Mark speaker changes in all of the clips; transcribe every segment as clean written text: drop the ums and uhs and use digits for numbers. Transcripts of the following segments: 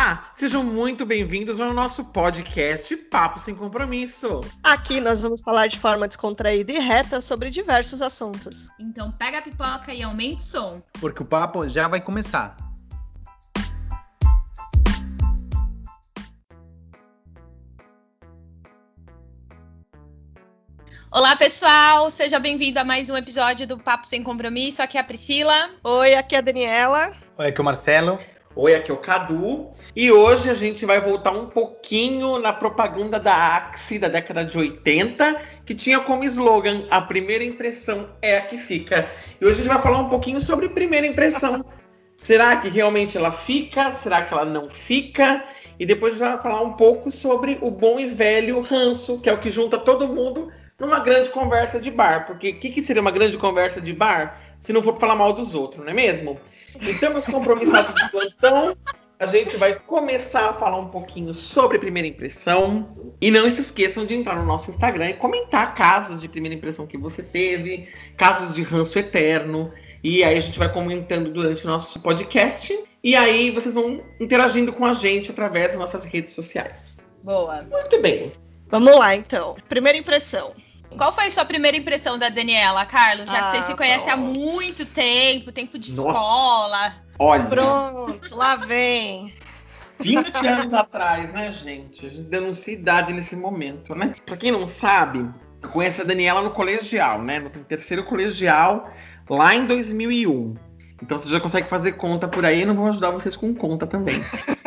Speaker 1: Olá, sejam muito bem-vindos ao nosso podcast Papo Sem Compromisso.
Speaker 2: Aqui nós vamos falar de forma descontraída e reta sobre diversos assuntos.
Speaker 3: Então pega a pipoca e aumente o som.
Speaker 4: Porque o papo já vai começar.
Speaker 3: Olá, pessoal! Seja bem-vindo a mais um episódio do Papo Sem Compromisso. Aqui é a Priscila.
Speaker 2: Oi, aqui é a Daniela.
Speaker 4: Oi, aqui é o Marcelo.
Speaker 1: Oi, aqui é o Cadu. E hoje a gente vai voltar um pouquinho na propaganda da Axe da década de 80, que tinha como slogan: a primeira impressão é a que fica. E hoje a gente vai falar um pouquinho sobre primeira impressão. Será que realmente ela fica? Será que ela não fica? E depois a gente vai falar um pouco sobre o bom e velho ranço, que é o que junta todo mundo numa grande conversa de bar. Porque o que seria uma grande conversa de bar se não for pra falar mal dos outros, não é mesmo? Então, meus compromissados de plantão, a gente vai começar a falar um pouquinho sobre primeira impressão. E não se esqueçam de entrar no nosso Instagram e comentar casos de primeira impressão que você teve, casos de ranço eterno. E aí a gente vai comentando durante o nosso podcast. E aí vocês vão interagindo com a gente através das nossas redes sociais.
Speaker 3: Boa.
Speaker 1: Muito bem.
Speaker 2: Vamos lá, então. Primeira impressão.
Speaker 3: Qual foi a sua primeira impressão da Daniela, Carlos? Já que vocês se conhecem há muito tempo de escola.
Speaker 1: Olha.
Speaker 2: Pronto, lá vem.
Speaker 1: 20 anos atrás, né, gente? A gente denuncia idade nesse momento, né? Pra quem não sabe, eu conheci a Daniela no colegial, né? No terceiro colegial, lá em 2001. Então você já consegue fazer conta por aí, não vou ajudar vocês com conta também.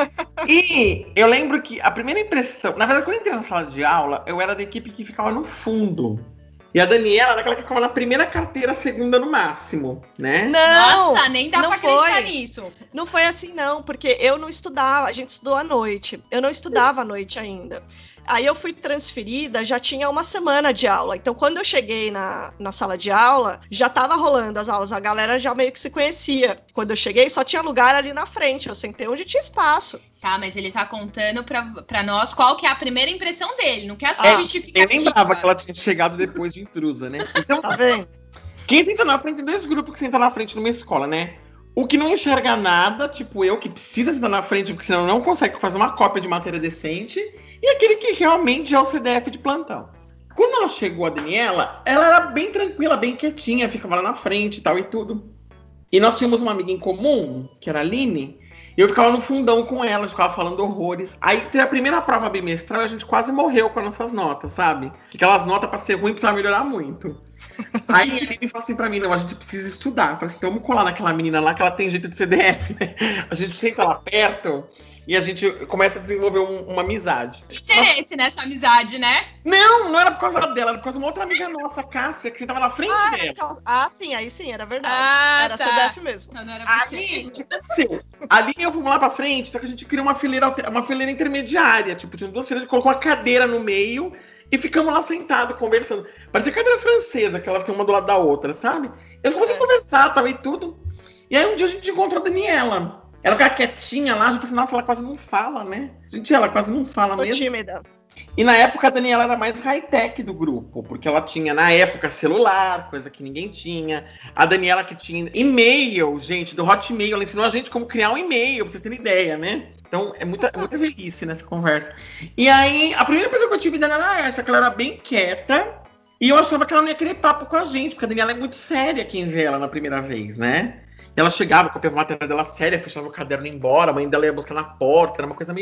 Speaker 1: E eu lembro que a primeira impressão... Na verdade, quando eu entrei na sala de aula, eu era da equipe que ficava no fundo. E a Daniela era aquela que ficava na primeira carteira, segunda no máximo, né?
Speaker 2: Não,
Speaker 3: nossa, nem dá pra acreditar nisso.
Speaker 2: Não foi assim, não, porque eu não estudava, a gente estudou à noite. Eu não estudava à noite ainda. Aí eu fui transferida, já tinha uma semana de aula. Então, quando eu cheguei na sala de aula, já tava rolando as aulas. A galera já meio que se conhecia. Quando eu cheguei, só tinha lugar ali na frente. Eu sentei onde tinha espaço.
Speaker 3: Tá, mas ele tá contando pra nós qual que é a primeira impressão dele. Não quer a sua justificativa.
Speaker 1: Eu lembrava que ela tinha chegado depois de intrusa, né? Então,
Speaker 2: tá vendo?
Speaker 1: Quem senta na frente, tem dois grupos que sentam na frente numa escola, né? O que não enxerga nada, tipo eu, que precisa sentar na frente, porque senão não consegue fazer uma cópia de matéria decente. E aquele que realmente é o CDF de plantão. Quando ela chegou, a Daniela, ela era bem tranquila, bem quietinha, ficava lá na frente e tal e tudo. E nós tínhamos uma amiga em comum, que era a Aline, e eu ficava no fundão com ela, ficava falando horrores. Aí teve a primeira prova bimestral e a gente quase morreu com as nossas notas, sabe? Que aquelas notas pra ser ruim precisava melhorar muito. Aí a Aline falou assim pra mim: não, a gente precisa estudar. Eu falei assim: então vamos colar naquela menina lá que ela tem jeito de CDF, né? A gente senta lá perto e a gente começa a desenvolver uma amizade.
Speaker 3: Interesse nessa amizade, né?
Speaker 1: Não era por causa dela, era por causa de uma outra amiga nossa, Cássia, que sentava na frente dela.
Speaker 2: Sim, aí sim, era verdade. Era
Speaker 3: tá.
Speaker 2: CDF mesmo.
Speaker 3: Então não era
Speaker 1: Aí, o que aconteceu? Ali eu fui lá pra frente, só que a gente criou uma fileira intermediária. Tipo, tinha duas fileiras, colocou uma cadeira no meio e ficamos lá sentados, conversando. Parecia cadeira francesa, aquelas que uma do lado da outra, sabe? Eu comecei a conversar, tal e tudo. E aí um dia a gente encontrou a Daniela. Ela ficava quietinha lá, a gente pensou, nossa, ela quase não fala, né? Gente, ela quase não fala mesmo.
Speaker 2: Tímida.
Speaker 1: E na época a Daniela era mais high-tech do grupo, porque ela tinha, na época, celular, coisa que ninguém tinha. A Daniela que tinha e-mail, gente, do Hotmail, ela ensinou a gente como criar um e-mail, pra vocês terem ideia, né? Então, é muita velhice nessa conversa. E aí, a primeira coisa que eu tive da Daniela era essa, que ela era bem quieta, e eu achava que ela não ia querer papo com a gente, porque a Daniela é muito séria quem vê ela na primeira vez, né? E ela chegava, copiava a matéria dela séria, fechava o caderno e ia embora, a mãe dela ia buscar na porta, era uma coisa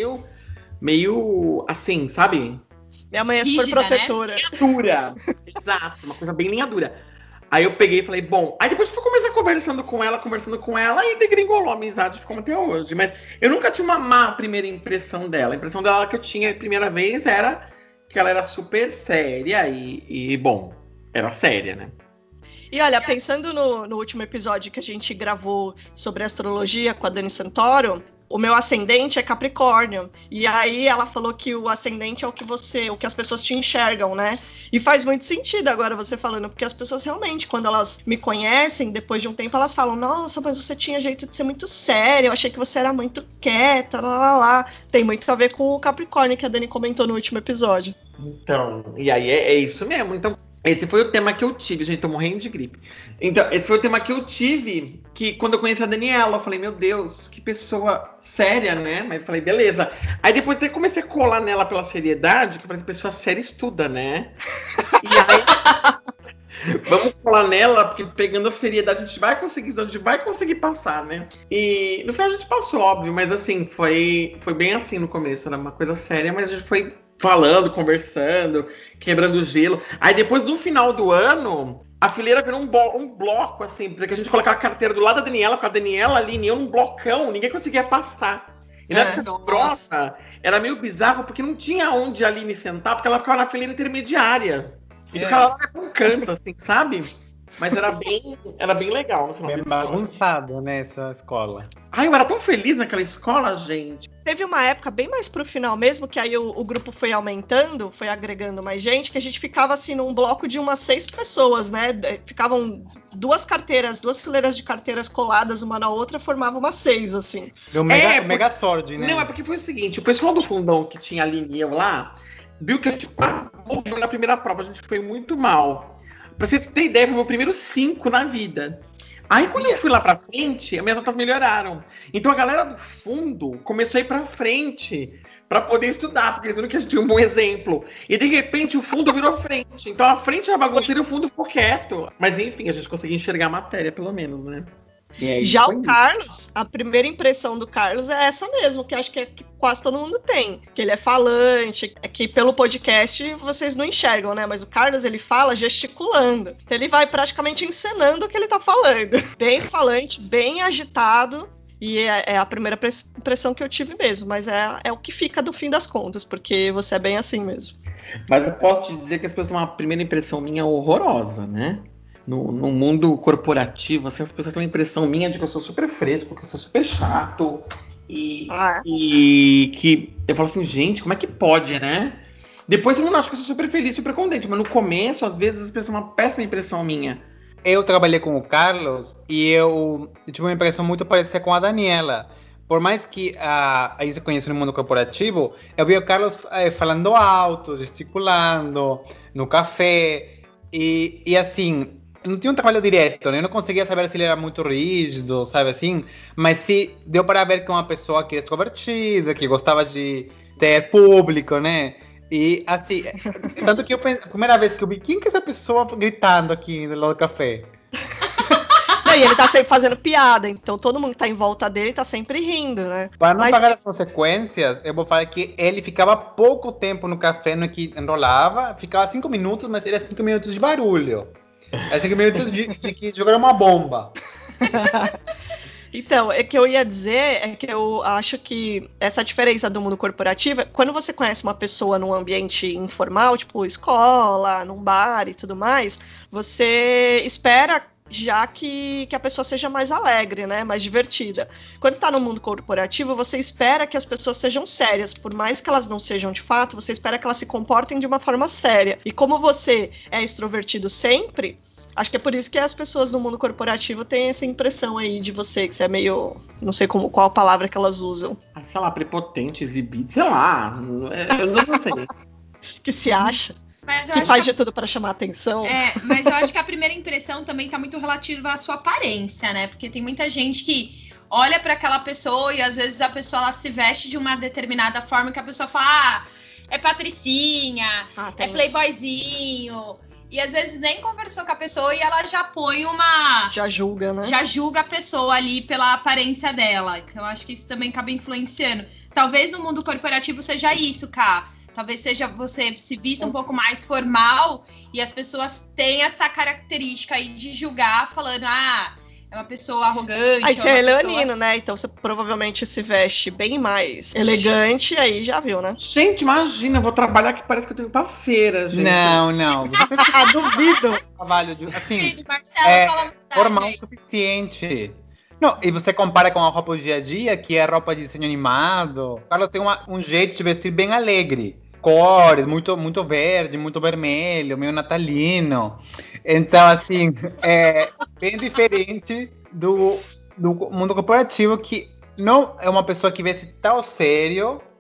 Speaker 1: meio assim, sabe?
Speaker 2: Minha mãe é super
Speaker 3: Rígida,
Speaker 2: protetora.
Speaker 1: Linha dura. Exato, uma coisa bem linha dura. Aí eu peguei e falei, bom... Aí depois fui começar conversando com ela, e degringolou a amizade, ficou até hoje. Mas eu nunca tinha uma má primeira impressão dela. A impressão dela que eu tinha a primeira vez era que ela era super séria e bom, era séria, né?
Speaker 2: E olha, pensando no último episódio que a gente gravou sobre astrologia com a Dani Santoro, o meu ascendente é Capricórnio. E aí ela falou que o ascendente é o que as pessoas te enxergam, né? E faz muito sentido agora você falando, porque as pessoas realmente, quando elas me conhecem, depois de um tempo, elas falam, nossa, mas você tinha jeito de ser muito séria, eu achei que você era muito quieta, lá. Tem muito a ver com o Capricórnio que a Dani comentou no último episódio.
Speaker 1: Então, e aí é isso mesmo. Então, Esse foi o tema que eu tive, gente, tô morrendo de gripe. Então, esse foi o tema que eu tive, que quando eu conheci a Daniela, eu falei, meu Deus, que pessoa séria, né? Mas falei, beleza. Aí depois eu comecei a colar nela pela seriedade, que eu falei, pessoa séria estuda, né? E aí, vamos colar nela, porque pegando a seriedade a gente vai conseguir passar, né? E no final a gente passou, óbvio, mas assim, foi bem assim no começo, era uma coisa séria, mas a gente foi falando, conversando, quebrando o gelo. Aí depois, no final do ano, a fileira virou um bloco, assim, porque a gente colocava a carteira do lado da Daniela, com a Daniela ali, e eu num blocão, ninguém conseguia passar. E na época grossa, era meio bizarro, porque não tinha onde a Aline sentar, porque ela ficava na fileira intermediária. Então ela lá pra um canto, assim, sabe? Mas era bem legal no final.
Speaker 4: Bem bagunçado, né, essa escola.
Speaker 1: Ai, eu era tão feliz naquela escola, gente.
Speaker 2: Teve uma época bem mais pro final mesmo, que aí o grupo foi aumentando, foi agregando mais gente, que a gente ficava assim num bloco de umas 6 pessoas, né? Ficavam duas fileiras de carteiras coladas uma na outra, formava umas 6, assim.
Speaker 4: Deu mega sorte, né?
Speaker 1: Não, é porque foi o seguinte, o pessoal do fundão que tinha a Aline e eu lá, viu que a gente quase morreu na primeira prova, a gente foi muito mal. Pra vocês terem ideia, foi o meu primeiro 5 na vida. Aí quando eu fui lá pra frente, as minhas notas melhoraram. Então a galera do fundo começou a ir pra frente pra poder estudar, porque eles viram que a gente tinha um bom exemplo. E de repente o fundo virou frente. Então a frente era bagunceira e o fundo ficou quieto. Mas enfim, a gente conseguiu enxergar a matéria, pelo menos, né?
Speaker 2: Já o Carlos, a primeira impressão do Carlos é essa mesmo, que acho que quase todo mundo tem. Que ele é falante, é que pelo podcast vocês não enxergam, né? Mas o Carlos, ele fala gesticulando. Ele vai praticamente encenando o que ele tá falando. Bem falante, bem agitado. E é a primeira impressão que eu tive mesmo. Mas é o que fica do fim das contas, porque você é bem assim mesmo.
Speaker 1: Mas eu posso te dizer que as pessoas têm uma primeira impressão minha horrorosa, né? No mundo corporativo, assim, as pessoas têm uma impressão minha de que eu sou super fresco, que eu sou super chato. E que eu falo assim, gente, como é que pode, né? Depois eu não acho que eu sou super feliz, super contente, mas no começo, às vezes, as pessoas têm uma péssima impressão minha.
Speaker 4: Eu trabalhei com o Carlos e eu tive uma impressão muito parecida com a Daniela. Por mais que aí se conhece no mundo corporativo, eu vi o Carlos falando alto, gesticulando, no café. E assim, não tinha um trabalho direto, né? Eu não conseguia saber se ele era muito rígido, sabe assim? Mas sim, deu para ver que é uma pessoa que é extrovertida, que gostava de ter público, né? E assim, tanto que a primeira vez que eu vi, quem que é essa pessoa gritando aqui no lado do café?
Speaker 2: Não, e ele tá sempre fazendo piada, então todo mundo que tá em volta dele tá sempre rindo, né?
Speaker 4: Para não pagar as consequências, eu vou falar que ele ficava pouco tempo no café, no que enrolava, ficava 5 minutos, mas era 5 minutos de barulho. É 5 minutos de que jogaram uma bomba.
Speaker 2: Então, o que eu ia dizer é que eu acho que essa diferença do mundo corporativo, quando você conhece uma pessoa num ambiente informal, tipo escola, num bar e tudo mais, você espera já que a pessoa seja mais alegre, né, mais divertida. Quando está no mundo corporativo, você espera que as pessoas sejam sérias, por mais que elas não sejam de fato, você espera que elas se comportem de uma forma séria. E como você é extrovertido sempre, acho que é por isso que as pessoas no mundo corporativo têm essa impressão aí de você, que você é meio, não sei qual a palavra que elas usam.
Speaker 1: Sei lá, prepotente, exibido, sei lá, eu não sei.
Speaker 2: Que se acha. Que faz de tudo para chamar atenção.
Speaker 3: Mas eu acho que a primeira impressão também tá muito relativa à sua aparência, né? Porque tem muita gente que olha para aquela pessoa e às vezes a pessoa ela se veste de uma determinada forma que a pessoa fala, é patricinha, é playboyzinho. E às vezes nem conversou com a pessoa e ela já põe
Speaker 2: já julga, né?
Speaker 3: Já julga a pessoa ali pela aparência dela. Então eu acho que isso também acaba influenciando. Talvez no mundo corporativo seja isso, Ká. Talvez seja você se vista um pouco mais formal e as pessoas têm essa característica aí de julgar, falando, é uma pessoa arrogante.
Speaker 2: Aí você é leonino, né? Então você provavelmente se veste bem mais elegante, aí já viu, né?
Speaker 1: Gente, imagina, eu vou trabalhar que parece que eu tô indo pra feira, gente.
Speaker 4: Não. Você
Speaker 2: duvido.
Speaker 4: Trabalho de, assim,
Speaker 3: Marcelo, fala
Speaker 4: formal o suficiente. Não, e você compara com a roupa do dia a dia, que é roupa de desenho animado. O Carlos tem um jeito de vestir bem alegre. Cores, muito, muito verde, muito vermelho, meio natalino. Então, assim, é bem diferente do mundo corporativo, que não é uma pessoa que veste tão sério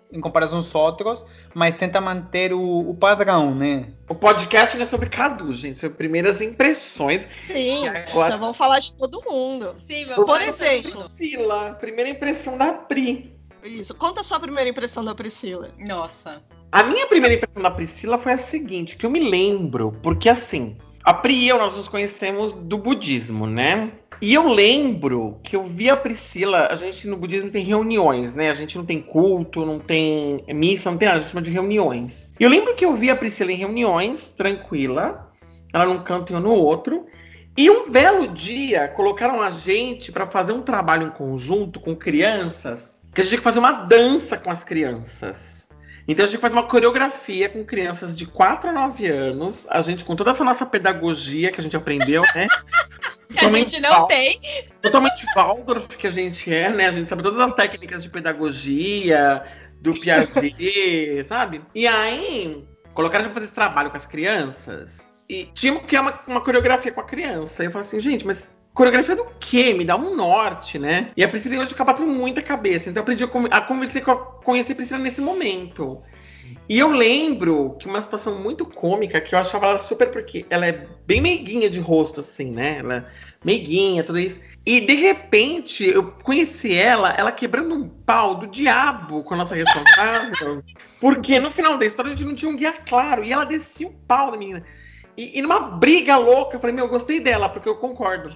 Speaker 4: em comparação aos outros, mas tenta manter o padrão, né?
Speaker 1: O podcast não é sobre Cadu, gente, sobre primeiras impressões.
Speaker 2: Sim,
Speaker 1: agora...
Speaker 2: então vamos falar de todo mundo.
Speaker 3: Sim, vamos
Speaker 2: Por
Speaker 3: falar de todo
Speaker 2: exemplo,
Speaker 3: mundo.
Speaker 1: Priscila, primeira impressão da Pri.
Speaker 2: Isso. Conta a sua primeira impressão da Priscila.
Speaker 3: Nossa.
Speaker 1: A minha primeira impressão da Priscila foi a seguinte, que eu me lembro, porque assim, a Pri e eu, nós nos conhecemos do budismo, né? E eu lembro que eu vi a Priscila, a gente no budismo tem reuniões, né? A gente não tem culto, não tem missa, não tem nada, a gente chama de reuniões. E eu lembro que eu vi a Priscila em reuniões, tranquila, ela num canto e eu no outro. E um belo dia, colocaram a gente para fazer um trabalho em conjunto com crianças, que a gente tinha que fazer uma dança com as crianças. Então a gente faz uma coreografia com crianças de 4 a 9 anos, a gente com toda essa nossa pedagogia que a gente aprendeu, né?
Speaker 3: Que a gente não tem.
Speaker 1: Totalmente Waldorf que a gente é, né? A gente sabe todas as técnicas de pedagogia, do Piaget, sabe? E aí, colocaram a gente pra fazer esse trabalho com as crianças e tínhamos que criar uma coreografia com a criança. E eu falei assim, gente, mas coreografia do quê? Me dá um norte, né? E a Priscila hoje acaba tendo muita cabeça. Então eu aprendi a conhecer a Priscila nesse momento. E eu lembro que uma situação muito cômica, que eu achava ela super, porque ela é bem meiguinha de rosto, assim, né? Ela é meiguinha, tudo isso. E de repente, eu conheci ela quebrando um pau do diabo com a nossa responsável. Porque no final da história a gente não tinha um guia claro. E ela descia o pau da menina. E numa briga louca, eu falei, eu gostei dela, porque eu concordo.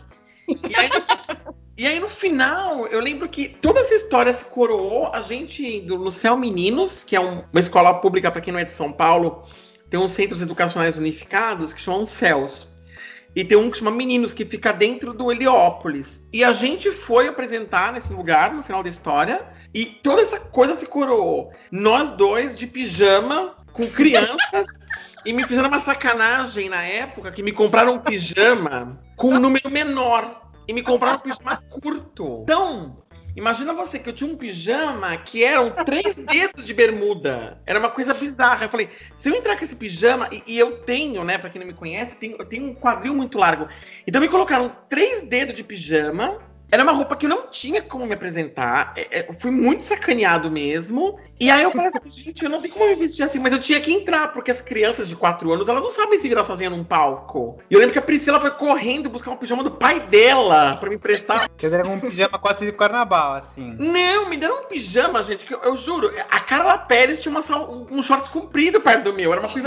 Speaker 1: E aí, no final, eu lembro que toda essa história se coroou a gente indo no Céu Meninos, que é uma escola pública, para quem não é de São Paulo, tem uns centros educacionais unificados que chamam CELS. E tem um que chama Meninos, que fica dentro do Heliópolis. E a gente foi apresentar nesse lugar, no final da história, e toda essa coisa se coroou. Nós dois, de pijama, com crianças, e me fizeram uma sacanagem na época, que me compraram um pijama com um número menor. E me compraram um pijama curto. Então, imagina você que eu tinha um pijama que eram 3 dedos de bermuda. Era uma coisa bizarra. Eu falei, se eu entrar com esse pijama, e eu tenho, né, pra quem não me conhece, eu tenho um quadril muito largo. Então me colocaram 3 dedos de pijama. Era uma roupa que eu não tinha como me apresentar. Eu fui muito sacaneado mesmo. E aí eu falei assim, gente, eu não sei como me vestir assim. Mas eu tinha que entrar, porque as crianças de 4 anos, elas não sabem se virar sozinha num palco. E eu lembro que a Priscila foi correndo buscar um pijama do pai dela pra me emprestar.
Speaker 4: Quer dizer, um pijama quase de carnaval, assim.
Speaker 1: Não, me deram um pijama, gente, que eu juro. A Carla Pérez tinha um shorts comprido perto do meu. Era uma coisa...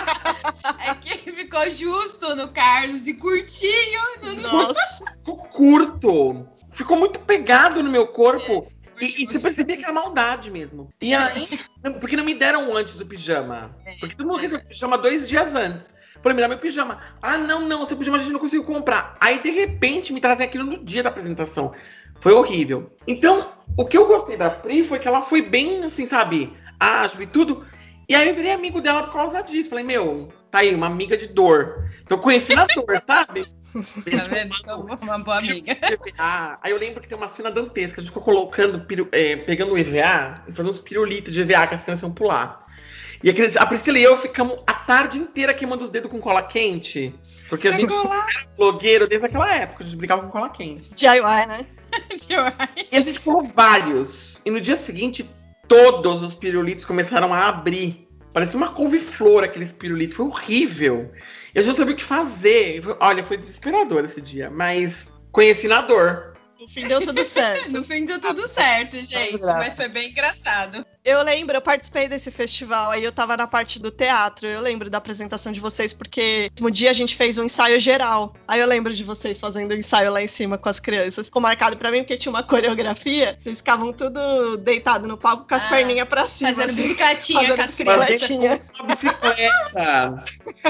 Speaker 3: É que ficou justo no Carlos e curtinho.
Speaker 2: Nossa.
Speaker 1: Ficou curto. Ficou muito pegado no meu corpo. E você percebia que era maldade mesmo. E aí, porque não me deram antes do pijama. Porque todo mundo recebeu o pijama 2 dias antes. Falei, me dá meu pijama. Ah, não, seu pijama a gente não conseguiu comprar. Aí, de repente, me trazem aquilo no dia da apresentação. Foi horrível. Então, o que eu gostei da Pri foi que ela foi bem, assim, sabe, ágil e tudo. E aí eu virei amigo dela por causa disso. Falei, tá aí, uma amiga de dor. Então, eu conheci na dor, sabe?
Speaker 3: Tá vendo? Sou uma boa amiga.
Speaker 1: Aí eu lembro que tem uma cena dantesca. A gente ficou colocando, pegando o EVA e fazendo uns pirulitos de EVA que as crianças iam pular. E a Priscila e eu ficamos a tarde inteira queimando os dedos com cola quente. Porque a gente era blogueiro desde aquela época. A gente brincava com cola quente.
Speaker 2: DIY, né?
Speaker 1: E a gente colou vários. E no dia seguinte, todos os pirulitos começaram a abrir. Parecia uma couve-flor aqueles pirulitos. Foi horrível. E a gente não sabia o que fazer. Olha, foi desesperador esse dia. Mas conheci na dor.
Speaker 2: No fim deu tudo certo.
Speaker 3: No fim deu tudo certo, gente. Mas foi bem engraçado.
Speaker 2: Eu lembro, eu participei desse festival, aí eu tava na parte do teatro. Eu lembro da apresentação de vocês, porque no dia a gente fez um ensaio geral. Aí eu lembro de vocês fazendo o ensaio lá em cima com as crianças. Ficou marcado pra mim, porque tinha uma coreografia. Vocês ficavam tudo deitado no palco com as perninhas pra cima.
Speaker 3: Fazendo
Speaker 2: assim,
Speaker 3: bicicletinha com as crianças.
Speaker 1: Uma bicicleta.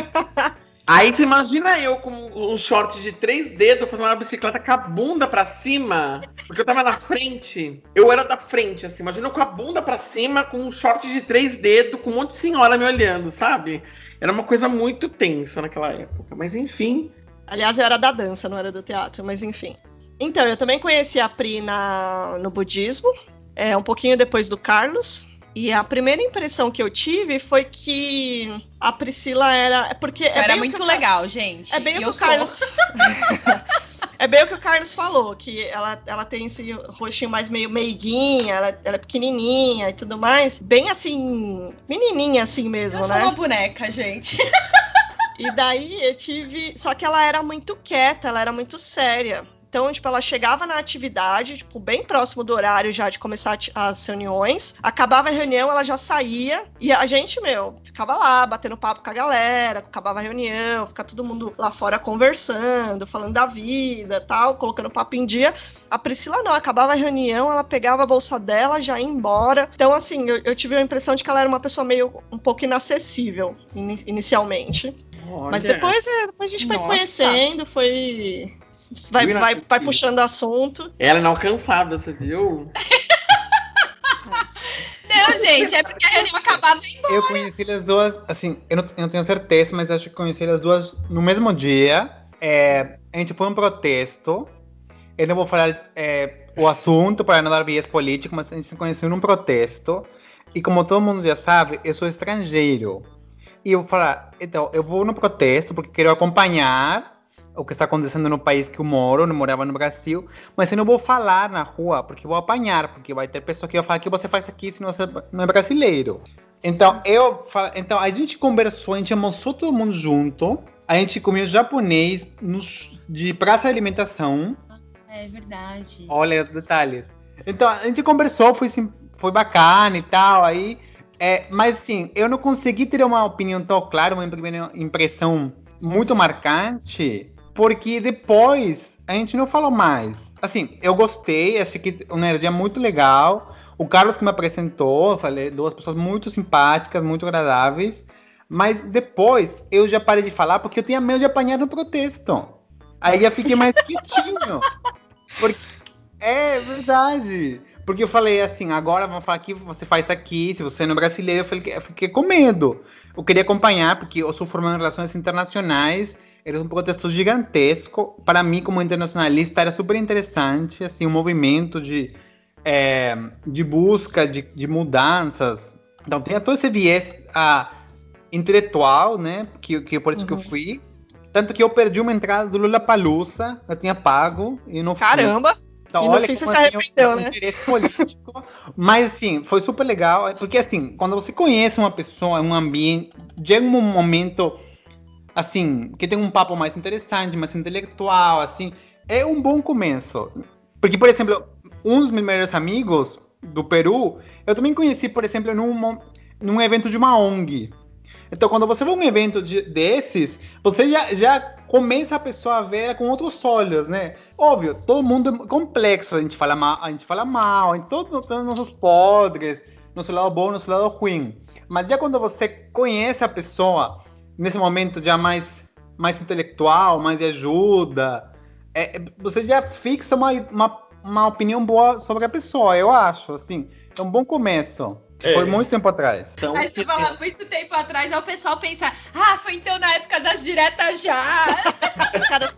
Speaker 1: Aí você imagina eu com um short de 3 dedos fazendo uma bicicleta com a bunda pra cima, porque eu tava na frente. Eu era da frente, assim. Imagina eu com a bunda pra cima, com um short de 3 dedos, com um monte de senhora me olhando, sabe? Era uma coisa muito tensa naquela época. Mas enfim.
Speaker 2: Aliás, eu era da dança, não era do teatro, mas enfim. Então, eu também conheci a Pri no budismo, um pouquinho depois do Carlos. E a primeira impressão que eu tive foi que a Priscila era... Porque
Speaker 3: era muito legal, gente.
Speaker 2: É bem o que o Carlos... É bem o que o Carlos falou, que ela tem esse rostinho mais meio meiguinha, ela é pequenininha e tudo mais. Bem assim, menininha assim mesmo,
Speaker 3: Eu
Speaker 2: né?
Speaker 3: sou uma boneca, gente.
Speaker 2: E daí eu tive... Só que ela era muito quieta, ela era muito séria. Então, tipo, ela chegava na atividade, tipo, bem próximo do horário já de começar as reuniões. Acabava a reunião, ela já saía. E a gente, ficava lá, batendo papo com a galera. Acabava a reunião, fica todo mundo lá fora conversando, falando da vida, tal, colocando papo em dia. A Priscila não, acabava a reunião, ela pegava a bolsa dela, já ia embora. Então, assim, eu tive a impressão de que ela era uma pessoa meio um pouco inacessível, inicialmente.
Speaker 1: Olha.
Speaker 2: Mas depois a gente foi conhecendo, foi... Vai puxando assunto.
Speaker 1: Ela é inalcançável, você viu?
Speaker 3: Não, gente, é porque a reunião acabava e embora.
Speaker 4: Eu conheci as duas, assim, eu não tenho certeza, mas acho que conheci as duas no mesmo dia. A gente foi um protesto. Eu não vou falar o assunto para não dar viés político, mas a gente se conheceu num protesto. E como todo mundo já sabe, eu sou estrangeiro. E eu vou falar, então, eu vou no protesto porque quero acompanhar o que está acontecendo no país que eu morava no Brasil, mas eu não vou falar na rua, porque eu vou apanhar, porque vai ter pessoa que vai falar: o que você faz aqui se você não é brasileiro? Então, a gente conversou, a gente almoçou todo mundo junto, a gente comeu japonês de praça de alimentação.
Speaker 3: É verdade.
Speaker 4: Olha os detalhes. Então, a gente conversou, foi bacana e tal, aí... mas, assim, eu não consegui ter uma opinião tão clara, uma primeira impressão muito marcante, porque depois a gente não falou mais. Assim, eu gostei, achei que uma energia muito legal. O Carlos que me apresentou, falei, duas pessoas muito simpáticas, muito agradáveis. Mas depois eu já parei de falar porque eu tinha medo de apanhar no protesto. Aí já fiquei mais quietinho. É verdade. Porque eu falei assim, agora vamos falar que você faz aqui, se você não é brasileiro, eu fiquei com medo. Eu queria acompanhar, porque eu sou formado em relações internacionais, era um protesto gigantesco. Para mim, como internacionalista, era super interessante, assim, um movimento de busca, de mudanças. Então, tinha todo esse viés intelectual, né, que por isso que eu fui. Tanto que eu perdi uma entrada do Lollapalooza, eu tinha pago e não fui.
Speaker 2: Caramba!
Speaker 4: Então,
Speaker 2: e no fim você se arrependeu, né?
Speaker 4: Interesse político. Mas, assim, foi super legal. Porque, assim, quando você conhece uma pessoa, um ambiente, chega um momento, assim, que tem um papo mais interessante, mais intelectual, assim, é um bom começo. Porque, por exemplo, um dos meus melhores amigos do Peru, eu também conheci, por exemplo, num evento de uma ONG. Então, quando você vai a um evento desses, você já começa a pessoa a ver com outros olhos, né? Óbvio, todo mundo é complexo, a gente fala mal, em todos os nossos podres, nosso lado bom, nosso lado ruim. Mas já quando você conhece a pessoa, nesse momento já mais intelectual, mais de ajuda, você já fixa uma opinião boa sobre a pessoa, eu acho, assim. É um bom começo. Foi muito tempo atrás.
Speaker 1: Então,
Speaker 3: Aí você fala muito tempo atrás, aí o pessoal pensa: foi então na época das diretas já.
Speaker 2: Caras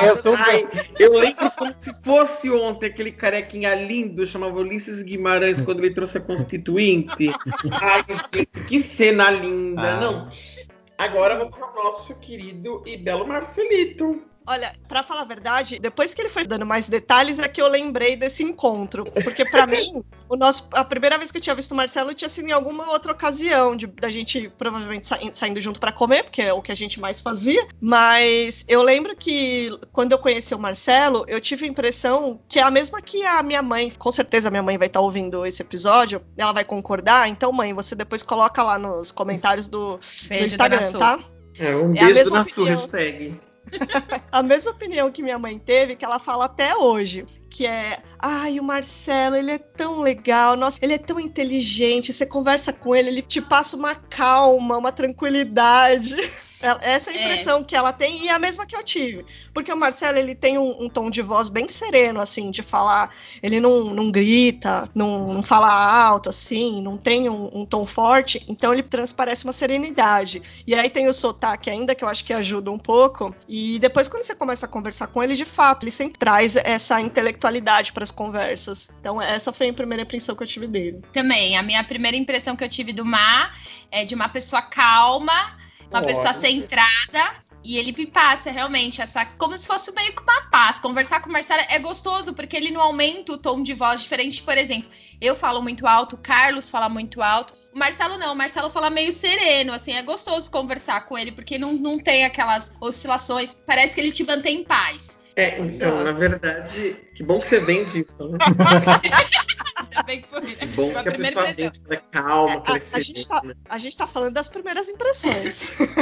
Speaker 1: eu lembro como se fosse ontem aquele carequinha lindo, chamava Ulisses Guimarães, quando ele trouxe a Constituinte. Ai, que cena linda, não. Agora vamos ao nosso querido e belo Marcelito.
Speaker 2: Olha, pra falar a verdade, depois que ele foi dando mais detalhes é que eu lembrei desse encontro. Porque pra mim, a primeira vez que eu tinha visto o Marcelo tinha sido em alguma outra ocasião, da gente provavelmente saindo junto pra comer, porque é o que a gente mais fazia. Mas eu lembro que quando eu conheci o Marcelo, eu tive a impressão que é a mesma que a minha mãe. Com certeza a minha mãe vai estar ouvindo esse episódio, ela vai concordar. Então, mãe, você depois coloca lá nos comentários do Instagram, tá?
Speaker 1: Um beijo na sua hashtag.
Speaker 2: A mesma opinião que minha mãe teve, que ela fala até hoje, que é: o Marcelo, ele é tão legal, nossa, ele é tão inteligente, você conversa com ele te passa uma calma, uma tranquilidade. Essa é a impressão que ela tem, e é a mesma que eu tive. Porque o Marcelo, ele tem um tom de voz bem sereno, assim, de falar. Ele não grita, não fala alto, assim, não tem um tom forte. Então ele transparece uma serenidade. E aí tem o sotaque ainda, que eu acho que ajuda um pouco. E depois, quando você começa a conversar com ele, de fato, ele sempre traz essa intelectualidade para as conversas. Então essa foi a primeira impressão que eu tive dele.
Speaker 3: Também, a minha primeira impressão que eu tive do Mar é de uma pessoa calma, uma pessoa centrada E ele me passa realmente como se fosse meio que uma paz. Conversar com o Marcelo é gostoso, porque ele não aumenta o tom de voz diferente. Por exemplo, eu falo muito alto, o Carlos fala muito alto. O Marcelo não, o Marcelo fala meio sereno, assim, é gostoso conversar com ele, porque não tem aquelas oscilações, parece que ele te mantém em paz.
Speaker 1: Então, na verdade, que bom que você vende isso, né?
Speaker 3: Ainda bem que foi.
Speaker 1: Que bom que a pessoa vende, que calma, que
Speaker 2: a gente tá falando das primeiras impressões.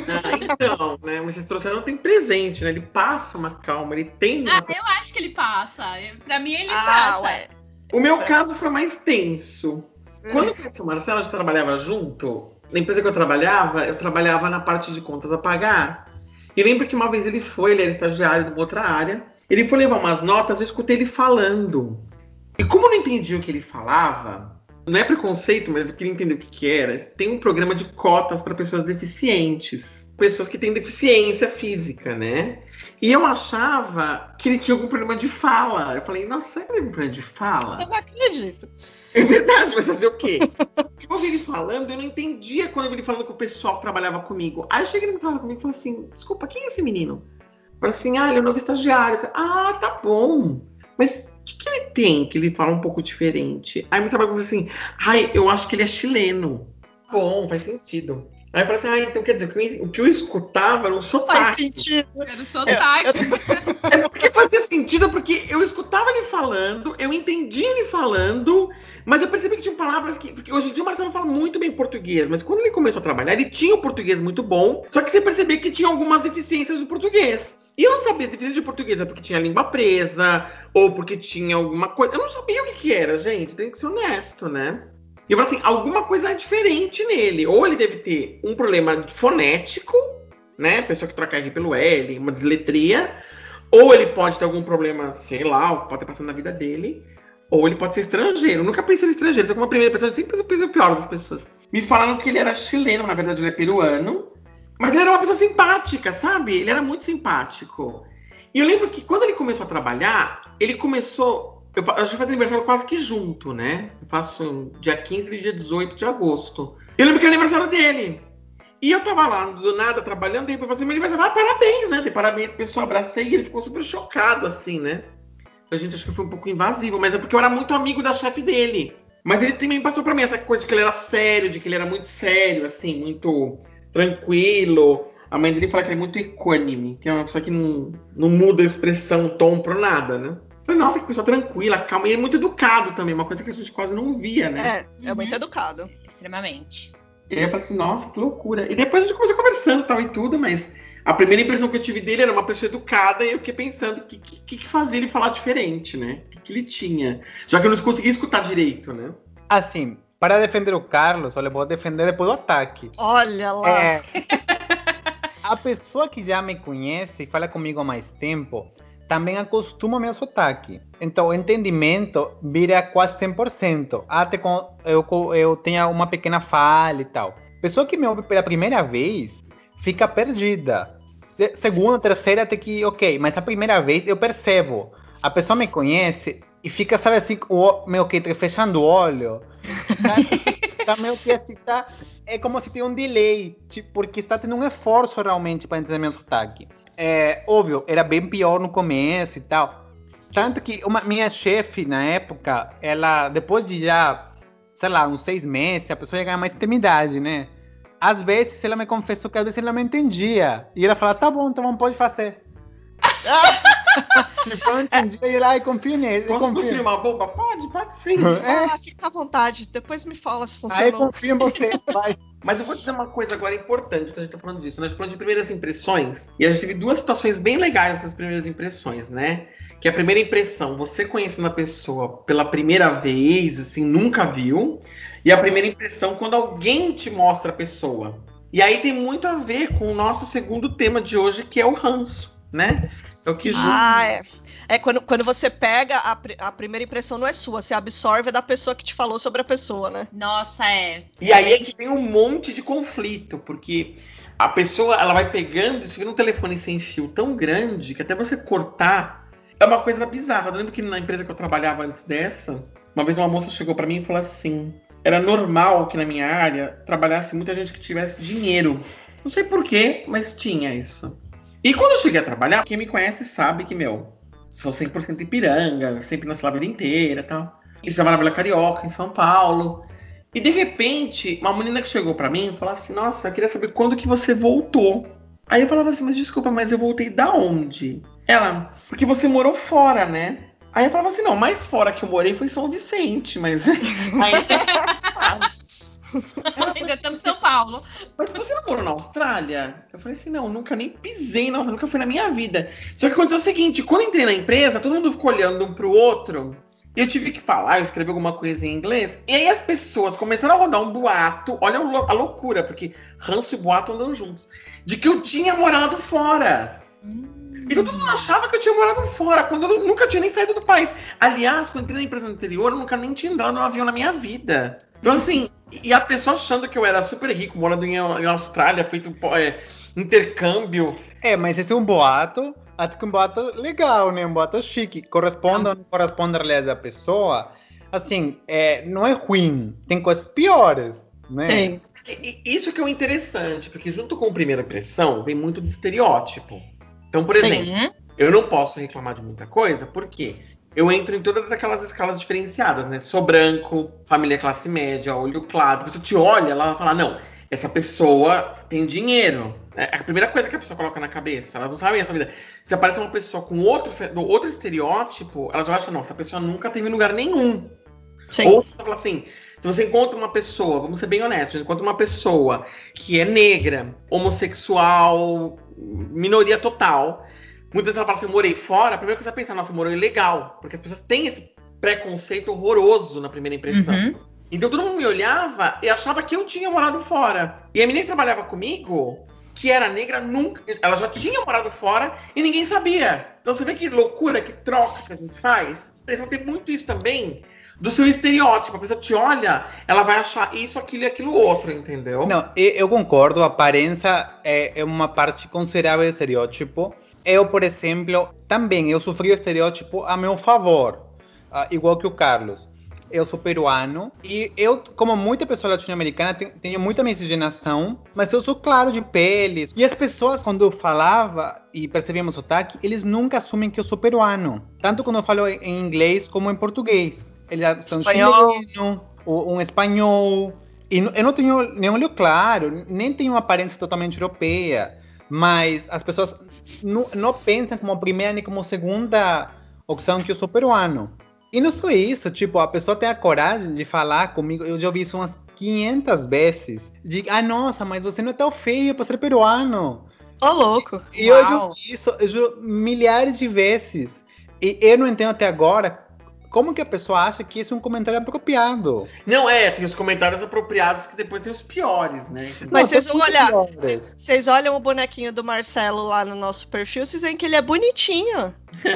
Speaker 1: Então, né? Mas vocês trouxeram, não tem presente, né? Ele passa uma calma, ele tem...
Speaker 3: eu acho que ele passa. Pra mim, ele passa.
Speaker 2: Ué.
Speaker 1: O meu caso foi mais tenso. Quando eu conheci o Marcelo, a gente trabalhava junto. Na empresa que eu trabalhava na parte de contas a pagar. E lembro que uma vez ele era estagiário de uma outra área. Ele foi levar umas notas, eu escutei ele falando. E como eu não entendi o que ele falava, não é preconceito, mas eu queria entender o que era. Tem um programa de cotas para pessoas deficientes. Pessoas que têm deficiência física, né? E eu achava que ele tinha algum problema de fala. Eu falei, nossa, será que ele tem algum problema de fala?
Speaker 2: Eu não acredito.
Speaker 1: É verdade, mas fazer o quê? Eu ouvi ele falando, eu não entendia quando eu vi ele falando com o pessoal que trabalhava comigo. Aí eu cheguei ele falava comigo e falei assim, desculpa, quem é esse menino? Eu falei assim, ele é o novo estagiário. Eu falei, tá bom. Mas o que ele tem que ele fala um pouco diferente? Aí meu trabalho falou assim, eu acho que ele é chileno. Bom, faz sentido. Aí eu falei assim, então quer dizer, o que eu escutava era um sotaque.
Speaker 2: Faz sentido.
Speaker 3: Era o sotaque.
Speaker 1: Porque fazia sentido, porque eu escutava ele falando, eu entendia ele falando, mas eu percebi que tinha palavras que... Porque hoje em dia o Marcelo fala muito bem português, mas quando ele começou a trabalhar, ele tinha o português muito bom, só que você percebia que tinha algumas deficiências do português. E eu não sabia se deficiência de português é porque tinha a língua presa, ou porque tinha alguma coisa... Eu não sabia o que era, gente, tem que ser honesto, né? E eu falei assim, alguma coisa é diferente nele. Ou ele deve ter um problema fonético, né? Pessoa que troca R pelo L, uma disletria. Ou ele pode ter algum problema, sei lá, pode ter passado na vida dele. Ou ele pode ser estrangeiro. Eu nunca pensei no estrangeiro. Só que uma primeira pessoa, eu sempre penso o pior das pessoas. Me falaram que ele era chileno, na verdade ele é peruano. Mas ele era uma pessoa simpática, sabe? Ele era muito simpático. E eu lembro que quando ele começou a trabalhar, ele começou... A gente faz aniversário quase que junto, né? Eu faço dia 15 e dia 18 de agosto. Eu lembro que era aniversário dele. E eu tava lá, do nada, trabalhando, e depois eu falei, meu aniversário, parabéns, né? Dei parabéns pro pessoal, abracei, e ele ficou super chocado, assim, né? A gente acho que foi um pouco invasivo, mas é porque eu era muito amigo da chefe dele. Mas ele também passou pra mim essa coisa de que ele era sério, de que ele era muito sério, assim, muito tranquilo. A mãe dele fala que ele é muito equânime, que é uma pessoa que não muda a expressão, o tom pro nada, né? Falei, nossa, que pessoa tranquila, calma. E é muito educado também, uma coisa que a gente quase não via, né?
Speaker 2: É muito educado.
Speaker 3: Extremamente.
Speaker 1: E aí eu falei assim, nossa, que loucura. E depois a gente começou conversando e tal e tudo, mas a primeira impressão que eu tive dele era uma pessoa educada e eu fiquei pensando o que fazia ele falar diferente, né? O que ele tinha. Já que eu não conseguia escutar direito, né?
Speaker 4: Assim, para defender o Carlos, eu vou defender depois do ataque.
Speaker 2: Olha lá.
Speaker 4: A pessoa que já me conhece e fala comigo há mais tempo também acostuma ao meu sotaque. Então, o entendimento vira quase 100%. Até quando eu tenha uma pequena falha e tal. Pessoa que me ouve pela primeira vez fica perdida. Segunda, terceira, até que, ok. Mas a primeira vez eu percebo. A pessoa me conhece e fica, sabe assim, meio que fechando o olho. Tá meio que assim, tá... É como se tem um delay, tipo, porque está tendo um esforço realmente para entender meu sotaque. Óbvio, era bem pior no começo e tal. Tanto que minha chefe, na época, ela, depois de já, sei lá, uns 6 meses, a pessoa ia ganhar mais intimidade, né? Às vezes, ela me confessou que às vezes ela não entendia. E ela falava, tá bom, então pode fazer. Tipo, eu não entendia e lá, confio nele.
Speaker 1: Posso construir uma bomba? Pode sim.
Speaker 2: Fica à vontade, depois me fala se funcionou.
Speaker 4: Aí confio em você, vai.
Speaker 1: Mas eu vou dizer uma coisa agora importante que a gente tá falando disso. Nós falamos de primeiras impressões e a gente teve 2 situações bem legais nessas primeiras impressões, né? Que a primeira impressão, você conhecendo a pessoa pela primeira vez, assim, nunca viu. E a primeira impressão quando alguém te mostra a pessoa. E aí tem muito a ver com o nosso segundo tema de hoje, que é o ranço, né? É o que
Speaker 2: quando você pega, a primeira impressão não é sua, você absorve da pessoa que te falou sobre a pessoa, né?
Speaker 3: Nossa,
Speaker 1: E aí é que tem um monte de conflito, porque a pessoa, ela vai pegando, isso vira um telefone sem fio tão grande, que até você cortar, é uma coisa bizarra. Eu lembro que na empresa que eu trabalhava antes dessa, uma vez uma moça chegou pra mim e falou assim, era normal que na minha área trabalhasse muita gente que tivesse dinheiro. Não sei porquê, mas tinha isso. E quando eu cheguei a trabalhar, quem me conhece sabe que, sou 100% Ipiranga, sempre na vida inteira e tal. E já trabalhava carioca, em São Paulo. E de repente, uma menina que chegou pra mim falou assim, nossa, eu queria saber quando que você voltou. Aí eu falava assim, mas desculpa, mas eu voltei da onde? Ela, porque você morou fora, né? Aí eu falava assim, não, mais fora que eu morei foi São Vicente, mas...
Speaker 3: Ainda estamos em São Paulo.
Speaker 1: Mas você não morou na Austrália? Eu falei assim, não, nunca nem pisei na Austrália, nunca fui na minha vida. Só que aconteceu o seguinte, quando eu entrei na empresa, todo mundo ficou olhando um pro outro. E eu tive que falar, eu escrevi alguma coisa em inglês. E aí as pessoas começaram a rodar um boato. Olha a loucura, porque ranço e boato andam juntos. De que eu tinha morado fora. E todo mundo achava que eu tinha morado fora, quando eu nunca tinha nem saído do país. Aliás, quando eu entrei na empresa anterior, eu nunca nem tinha entrado num avião na minha vida. Então assim, e a pessoa achando que eu era super rico, morando em Austrália, feito intercâmbio.
Speaker 4: Mas esse é um boato. Acho que um boato legal, né? Um boato chique. Corresponde ou não corresponde à realidade da pessoa. Assim, não é ruim. Tem coisas piores, né?
Speaker 2: Tem.
Speaker 1: Isso que é o interessante, porque junto com a primeira impressão, vem muito de estereótipo. Então, por exemplo, eu não posso reclamar de muita coisa, porque eu entro em todas aquelas escalas diferenciadas, né? Sou branco, família classe média, olho claro. A pessoa te olha, ela vai falar, não, essa pessoa tem dinheiro. É a primeira coisa que a pessoa coloca na cabeça. Elas não sabem a sua vida. Se aparece uma pessoa com outro estereótipo, ela já acha, não, essa pessoa nunca teve lugar nenhum.
Speaker 2: Sim.
Speaker 1: Ou ela fala assim, se você encontra uma pessoa, vamos ser bem honestos, encontra uma pessoa que é negra, homossexual, minoria total, muitas vezes ela fala assim, eu morei fora, a primeira coisa que você pensa, nossa, morou ilegal. Porque as pessoas têm esse preconceito horroroso na primeira impressão.
Speaker 3: Uhum.
Speaker 1: Então todo mundo me olhava e achava que eu tinha morado fora. E a menina que trabalhava comigo, que era negra, ela já tinha morado fora e ninguém sabia. Então você vê que loucura, que troca que a gente faz. Eles vão ter muito isso também do seu estereótipo. A pessoa te olha, ela vai achar isso, aquilo e aquilo outro, entendeu?
Speaker 4: Não, eu concordo. A aparência é uma parte considerável do estereótipo. Eu, por exemplo, também eu sofri o estereótipo a meu favor, igual que o Carlos. Eu sou peruano e eu, como muita pessoa latino-americana, tenho muita miscigenação, mas eu sou claro de peles. E as pessoas, quando eu falava e percebíamos sotaque, eles nunca assumem que eu sou peruano. Tanto quando eu falo em inglês como em português. Eles são chileno, um espanhol. E eu não tenho nem olho claro, nem tenho uma aparência totalmente europeia. Mas as pessoas não pensam como primeira nem como segunda opção que eu sou peruano. E não só isso, tipo, a pessoa tem a coragem de falar comigo, eu já ouvi isso umas 500 vezes, de, nossa, mas você não é tão feio pra ser peruano.
Speaker 2: Ô, louco.
Speaker 4: E eu já ouvi isso, eu juro, milhares de vezes. E eu não entendo até agora como que a pessoa acha que isso é um comentário apropriado.
Speaker 1: Não, tem os comentários apropriados que depois tem os piores, né?
Speaker 2: Mas vocês vão olhar, vocês olham o bonequinho do Marcelo lá no nosso perfil, vocês veem que ele é bonitinho.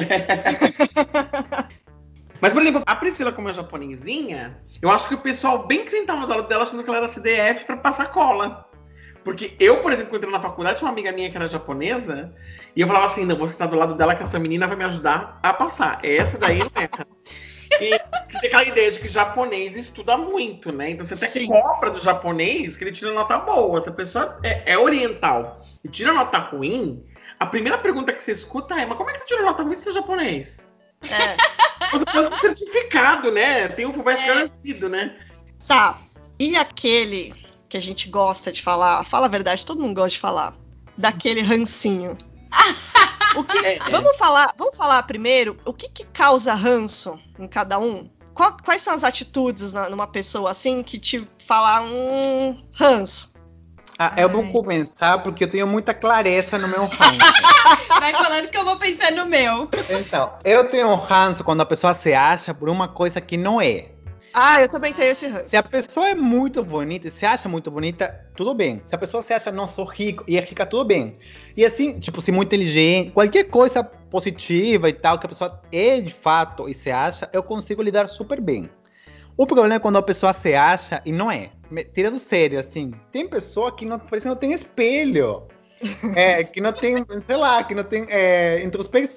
Speaker 1: Mas, por exemplo, a Priscila, como é japonesinha, eu acho que o pessoal bem que sentava do lado dela achando que ela era CDF pra passar cola. Porque eu, por exemplo, quando entrei na faculdade, tinha uma amiga minha que era japonesa, e eu falava assim, não, vou sentar do lado dela que essa menina vai me ajudar a passar. Essa daí não erra. E você tem aquela ideia de que japonês estuda muito, né? Então você até cobra do japonês que ele tira nota boa. Se a pessoa é oriental e tira nota ruim, a primeira pergunta que você escuta é, mas como é que você tira nota ruim se você é japonês? Você faz um certificado, né? Tem um FUVEST garantido, né?
Speaker 2: Tá. E aquele que a gente gosta de falar, fala a verdade, todo mundo gosta de falar, daquele rancinho. O que, vamos falar primeiro o que causa ranço em cada um? Quais são as atitudes numa pessoa assim que te fala ranço?
Speaker 4: Eu vou começar porque eu tenho muita clareza no meu ranço.
Speaker 3: Vai falando que eu vou pensar no meu.
Speaker 4: Então, eu tenho ranço quando a pessoa se acha por uma coisa que não é.
Speaker 2: Eu também tenho esse ranço.
Speaker 4: Se a pessoa é muito bonita e se acha muito bonita, tudo bem. Se a pessoa se acha, não, sou rico, e é rica, tudo bem. E assim, tipo, se muito inteligente, qualquer coisa positiva e tal, que a pessoa é de fato e se acha, eu consigo lidar super bem. O problema é quando a pessoa se acha e não é. Tira do sério, assim. Tem pessoa que parece que não tem espelho. Que não tem, sei lá, que não tem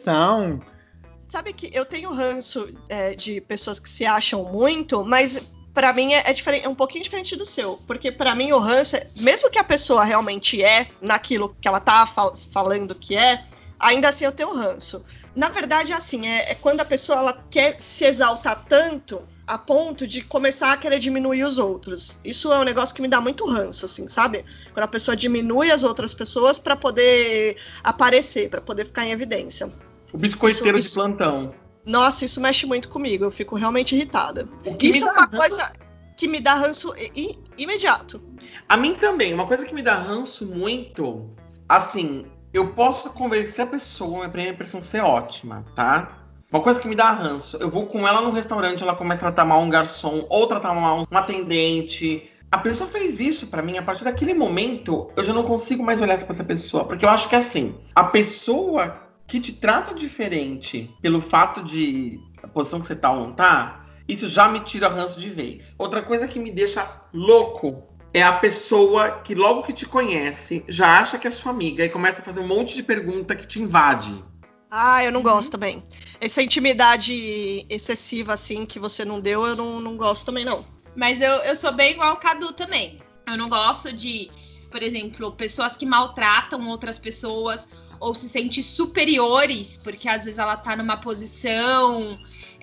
Speaker 4: introspecção.
Speaker 2: Sabe que eu tenho ranço de pessoas que se acham muito, mas pra mim é diferente, é um pouquinho diferente do seu. Porque pra mim o ranço, mesmo que a pessoa realmente é naquilo que ela tá falando que é, ainda assim eu tenho ranço. Na verdade, assim, é quando a pessoa ela quer se exaltar tanto a ponto de começar a querer diminuir os outros. Isso é um negócio que me dá muito ranço, assim, sabe? Quando a pessoa diminui as outras pessoas pra poder aparecer, pra poder ficar em evidência.
Speaker 1: O biscoiteiro de plantão.
Speaker 2: Nossa, isso mexe muito comigo, eu fico realmente irritada. Isso é uma coisa que me dá ranço imediato.
Speaker 1: A mim também, uma coisa que me dá ranço muito, assim, eu posso convencer a pessoa, minha primeira impressão ser ótima, tá? Uma coisa que me dá ranço, eu vou com ela no restaurante, ela começa a tratar mal um garçom, ou tratar mal um atendente. A pessoa fez isso pra mim, a partir daquele momento, eu já não consigo mais olhar pra essa pessoa. Porque eu acho que assim, a pessoa que te trata diferente pelo fato de a posição que você tá ou não tá, isso já me tira ranço de vez. Outra coisa que me deixa louco é a pessoa que logo que te conhece, já acha que é sua amiga e começa a fazer um monte de pergunta que te invade.
Speaker 2: Ah, eu não gosto também. Essa intimidade excessiva, assim, que você não deu, eu não gosto também, não.
Speaker 3: Mas eu sou bem igual o Cadu também. Eu não gosto de, por exemplo, pessoas que maltratam outras pessoas ou se sentem superiores, porque às vezes ela tá numa posição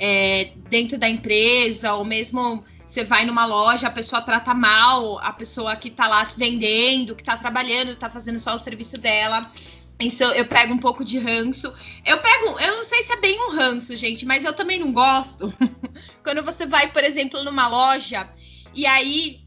Speaker 3: dentro da empresa, ou mesmo você vai numa loja, a pessoa trata mal a pessoa que tá lá vendendo, que tá trabalhando, tá fazendo só o serviço dela. Isso eu pego um pouco de ranço. Eu não sei se é bem um ranço, gente, mas eu também não gosto. Quando você vai, por exemplo, numa loja, e aí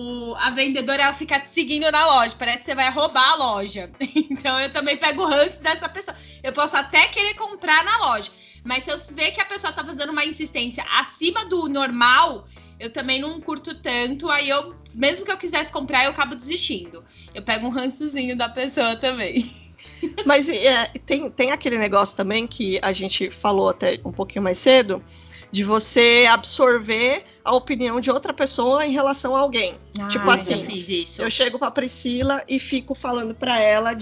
Speaker 3: a vendedora ela fica te seguindo na loja, parece que você vai roubar a loja. Então eu também pego o ranço dessa pessoa. Eu posso até querer comprar na loja, mas se eu ver que a pessoa tá fazendo uma insistência acima do normal, eu também não curto tanto, aí mesmo que eu quisesse comprar, eu acabo desistindo. Eu pego um rançozinho da pessoa também.
Speaker 2: Mas tem aquele negócio também que a gente falou até um pouquinho mais cedo, de você absorver a opinião de outra pessoa em relação a alguém. Tipo assim,
Speaker 3: eu fiz isso.
Speaker 2: Eu chego pra Priscila e fico falando pra ela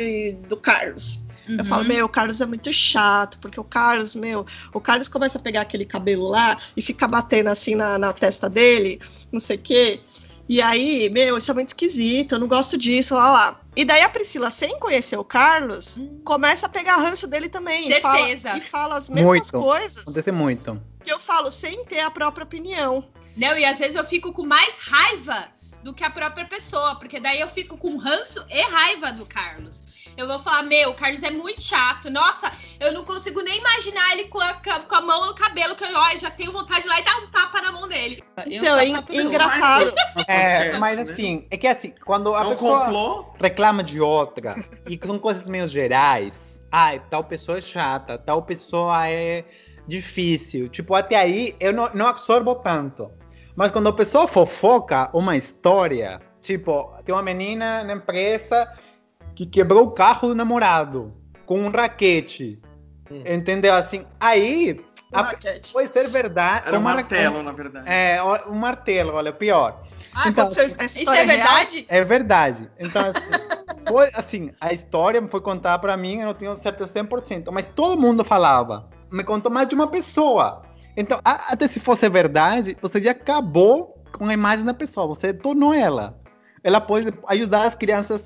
Speaker 2: do Carlos.
Speaker 3: Uhum.
Speaker 2: Eu falo, o Carlos é muito chato, porque o Carlos começa a pegar aquele cabelo lá e fica batendo assim na testa dele, não sei o quê. E aí, isso é muito esquisito, eu não gosto disso, lá. E daí a Priscila, sem conhecer o Carlos, começa a pegar ranço dele também.
Speaker 3: Certeza.
Speaker 2: E fala as mesmas coisas.
Speaker 4: Acontece muito.
Speaker 2: Que eu falo sem ter a própria opinião.
Speaker 3: Não, e às vezes eu fico com mais raiva do que a própria pessoa, porque daí eu fico com ranço e raiva do Carlos. Eu vou falar, o Carlos é muito chato. Nossa, eu não consigo nem imaginar ele com a mão no cabelo, que eu já tenho vontade de ir lá e dar um tapa na mão dele.
Speaker 2: Então, é engraçado.
Speaker 4: Mas assim, é que assim, quando a pessoa reclama de outra, e são coisas meio gerais, tal pessoa é chata, tal pessoa é difícil. Tipo, até aí eu não absorvo tanto. Mas quando a pessoa fofoca uma história, tipo, tem uma menina na empresa que quebrou o carro do namorado com um raquete. Entendeu? Assim, aí pode ser verdade.
Speaker 1: Era um martelo, na verdade.
Speaker 4: Um martelo, olha, pior.
Speaker 2: Então,
Speaker 3: isso é verdade?
Speaker 4: É verdade. Então, assim, a história foi contada pra mim, eu não tenho certeza 100%, mas todo mundo falava. Me contou mais de uma pessoa. Então, até se fosse verdade, você já acabou com a imagem da pessoa, você tornou ela. Ela pode ajudar as crianças,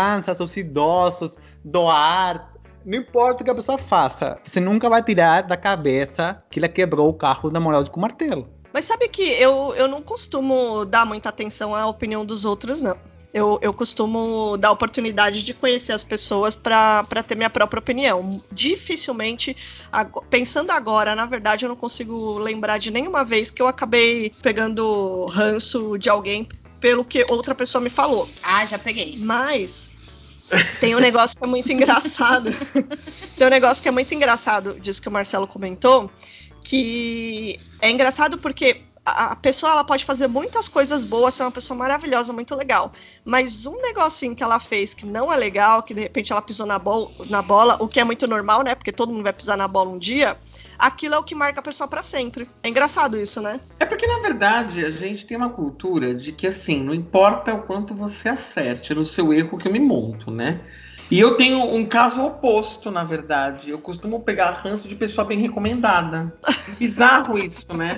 Speaker 4: os idosos, doar. Não importa o que a pessoa faça, você nunca vai tirar da cabeça que ela quebrou o carro do namorado com martelo.
Speaker 2: Mas sabe que eu não costumo dar muita atenção à opinião dos outros, não. Eu costumo dar oportunidade de conhecer as pessoas para ter minha própria opinião. Dificilmente, pensando agora, na verdade, eu não consigo lembrar de nenhuma vez que eu acabei pegando ranço de alguém pelo que outra pessoa me falou.
Speaker 3: Já peguei.
Speaker 2: Mas tem um negócio que é muito engraçado. Tem um negócio que é muito engraçado disso que o Marcelo comentou, que é engraçado porque a pessoa ela pode fazer muitas coisas boas, ser uma pessoa maravilhosa, muito legal. Mas um negocinho que ela fez que não é legal, que de repente ela pisou na bola, o que é muito normal, né? Porque todo mundo vai pisar na bola um dia. Aquilo é o que marca a pessoa pra sempre. É engraçado isso, né?
Speaker 1: É porque, na verdade, a gente tem uma cultura de que, assim, não importa o quanto você acerte no seu erro que eu me monto, né? E eu tenho um caso oposto, na verdade. Eu costumo pegar ranço de pessoa bem recomendada. Bizarro isso, né?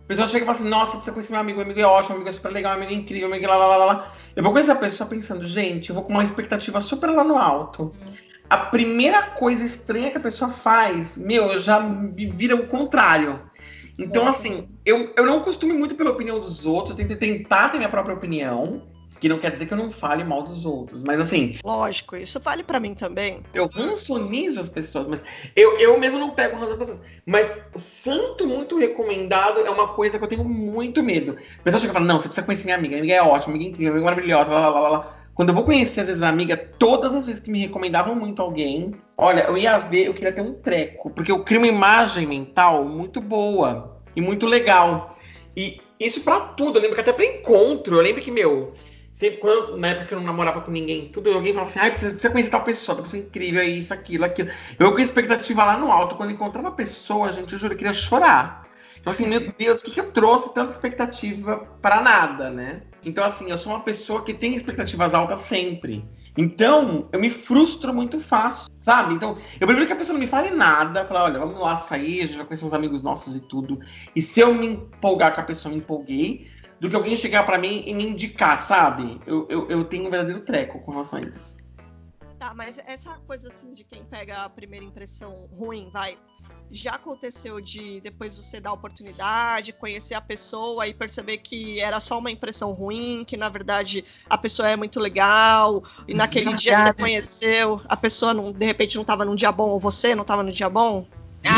Speaker 1: A pessoa chega e fala assim, nossa, precisa conhecer meu amigo é ótimo, meu amigo é super legal, meu amigo é incrível, meu amigo é lá. Eu vou conhecer a pessoa pensando, gente, eu vou com uma expectativa super lá no alto. A primeira coisa estranha que a pessoa faz, eu já vira o contrário. Então, assim, eu não costumo ir muito pela opinião dos outros, eu tento tentar ter minha própria opinião, que não quer dizer que eu não fale mal dos outros, mas assim...
Speaker 2: Lógico, isso vale pra mim também.
Speaker 1: Eu ransonizo as pessoas, mas eu mesmo não pego o ranço das pessoas. Mas santo muito recomendado é uma coisa que eu tenho muito medo. A pessoa chega e fala, não, você precisa conhecer minha amiga é ótima, amiga é incrível, amiga é maravilhosa, lá. Quando eu vou conhecer, às vezes, a amiga, todas as vezes que me recomendavam muito alguém, olha, eu ia ver, eu queria ter um treco, porque eu crio uma imagem mental muito boa e muito legal. E isso pra tudo, eu lembro que até pra encontro, eu lembro que, sempre, na época que eu não namorava com ninguém, alguém falava assim, precisa conhecer tal pessoa é incrível, é isso, aquilo. Eu com expectativa lá no alto, quando encontrava a pessoa, gente, eu juro, eu queria chorar. Então assim, meu Deus, por que eu trouxe tanta expectativa pra nada, né? Então assim, eu sou uma pessoa que tem expectativas altas sempre. Então, eu me frustro muito fácil, sabe? Então, eu prefiro que a pessoa não me fale nada, falar, olha, vamos lá sair, a gente vai conhecer uns amigos nossos e tudo. E se eu me empolgar com a pessoa, me empolguei, do que alguém chegar pra mim e me indicar, sabe? Eu tenho um verdadeiro treco com relação a isso.
Speaker 2: Tá, mas essa coisa assim de quem pega a primeira impressão ruim, já aconteceu de depois você dar a oportunidade, conhecer a pessoa e perceber que era só uma impressão ruim, que na verdade a pessoa é muito legal, e naquele dia que você conheceu, a pessoa de repente não estava num dia bom, ou você não estava no dia bom?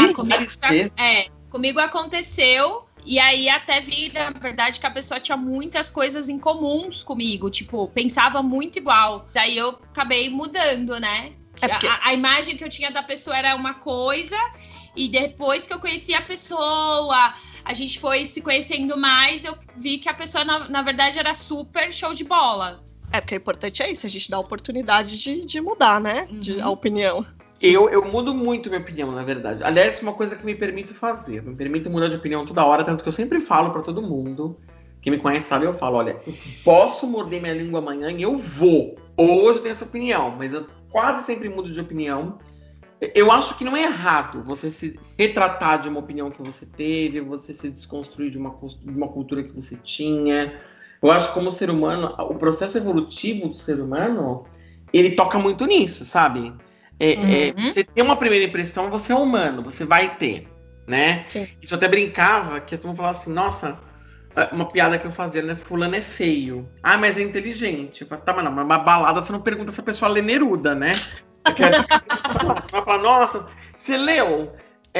Speaker 3: Comigo aconteceu. E aí até vi, na verdade, que a pessoa tinha muitas coisas em comuns comigo. Tipo, pensava muito igual. Daí eu acabei mudando, né? A imagem que eu tinha da pessoa era uma coisa. E depois que eu conheci a pessoa, a gente foi se conhecendo mais. Eu vi que a pessoa, na verdade, era super show de bola.
Speaker 2: Porque o importante é isso. A gente dá a oportunidade de mudar, né? A opinião.
Speaker 1: Eu mudo muito minha opinião, na verdade. Aliás, uma coisa que me permito fazer. Me permito mudar de opinião toda hora, tanto que eu sempre falo pra todo mundo. Quem me conhece sabe, eu falo, olha, eu posso morder minha língua amanhã e eu vou. Hoje eu tenho essa opinião, mas eu quase sempre mudo de opinião. Eu acho que não é errado você se retratar de uma opinião que você teve, você se desconstruir de uma cultura que você tinha. Eu acho que como ser humano, o processo evolutivo do ser humano, ele toca muito nisso, sabe? Você tem uma primeira impressão, você é humano, você vai ter, né?
Speaker 2: Sim.
Speaker 1: Isso eu até brincava, que as pessoas falavam assim, nossa, uma piada que eu fazia, né? Fulano é feio. Ah, mas é inteligente. Eu falo, tá, mas não, uma balada você não pergunta se a pessoa lê Neruda, né? Você vai falar, nossa, você leu?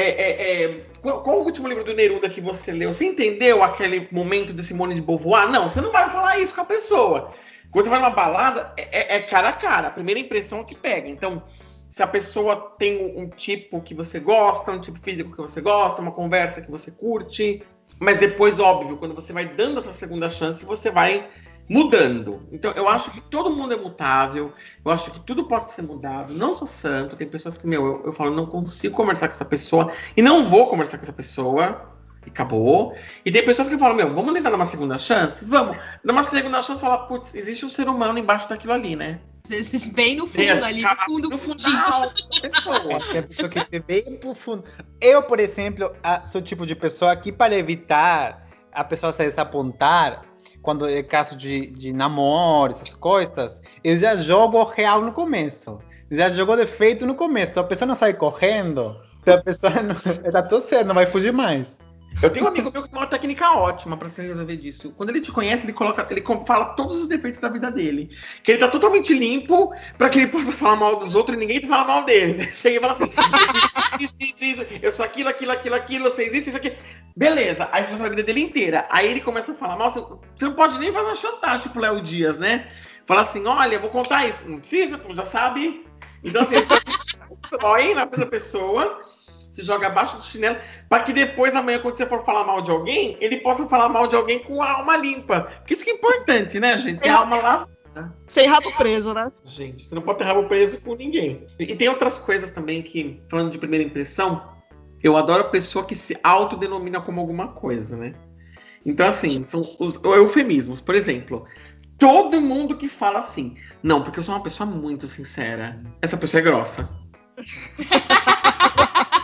Speaker 1: Qual o último livro do Neruda que você leu? Você entendeu aquele momento de Simone de Beauvoir? Não, você não vai falar isso com a pessoa. Quando você vai numa balada, é cara a cara. A primeira impressão é que pega. Então, se a pessoa tem um tipo que você gosta, um tipo físico que você gosta, uma conversa que você curte. Mas depois, óbvio, quando você vai dando essa segunda chance, você vai mudando. Então, eu acho que todo mundo é mutável. Eu acho que tudo pode ser mudado. Não sou santo. Tem pessoas que, eu falo, não consigo conversar com essa pessoa. E não vou conversar com essa pessoa. E acabou. E tem pessoas que falam, vamos tentar dar uma segunda chance? Vamos. Dar uma segunda chance e falar, putz, existe um ser humano embaixo daquilo ali, né?
Speaker 3: Bem no fundo ali, no fundinho.
Speaker 4: Tem pessoa que vê bem pro fundo. Eu, por exemplo, sou o tipo de pessoa que, para evitar a pessoa se desapontar, quando é caso de namoro, essas coisas, eu já jogo real no começo. Já jogou defeito no começo. Então a pessoa não sai correndo, então a pessoa tá tudo certo, não vai fugir mais.
Speaker 1: Eu tenho um amigo meu que tem uma técnica ótima pra se resolver disso. Quando ele te conhece, ele fala todos os defeitos da vida dele. Que ele tá totalmente limpo pra que ele possa falar mal dos outros e ninguém fala mal dele. Chega e fala assim, isso, eu sou aquilo, vocês isso, aqui. Beleza, aí você faz a vida dele inteira. Aí ele começa a falar mal, você não pode nem fazer uma chantagem pro Léo Dias, né? Fala assim, olha, eu vou contar isso. Não precisa, tu já sabe. Então assim, você dói na frente da pessoa, se joga abaixo do chinelo, para que depois, amanhã, quando você for falar mal de alguém, ele possa falar mal de alguém com a alma limpa. Porque isso que é importante, né, gente? Tem a alma lá.
Speaker 2: Sem rabo preso, né?
Speaker 1: Gente, você não pode ter rabo preso com ninguém. E tem outras coisas também que, falando de primeira impressão, eu adoro a pessoa que se autodenomina como alguma coisa, né? Então, assim, são os eufemismos. Por exemplo, todo mundo que fala assim, não, porque eu sou uma pessoa muito sincera. Essa pessoa é grossa. Aí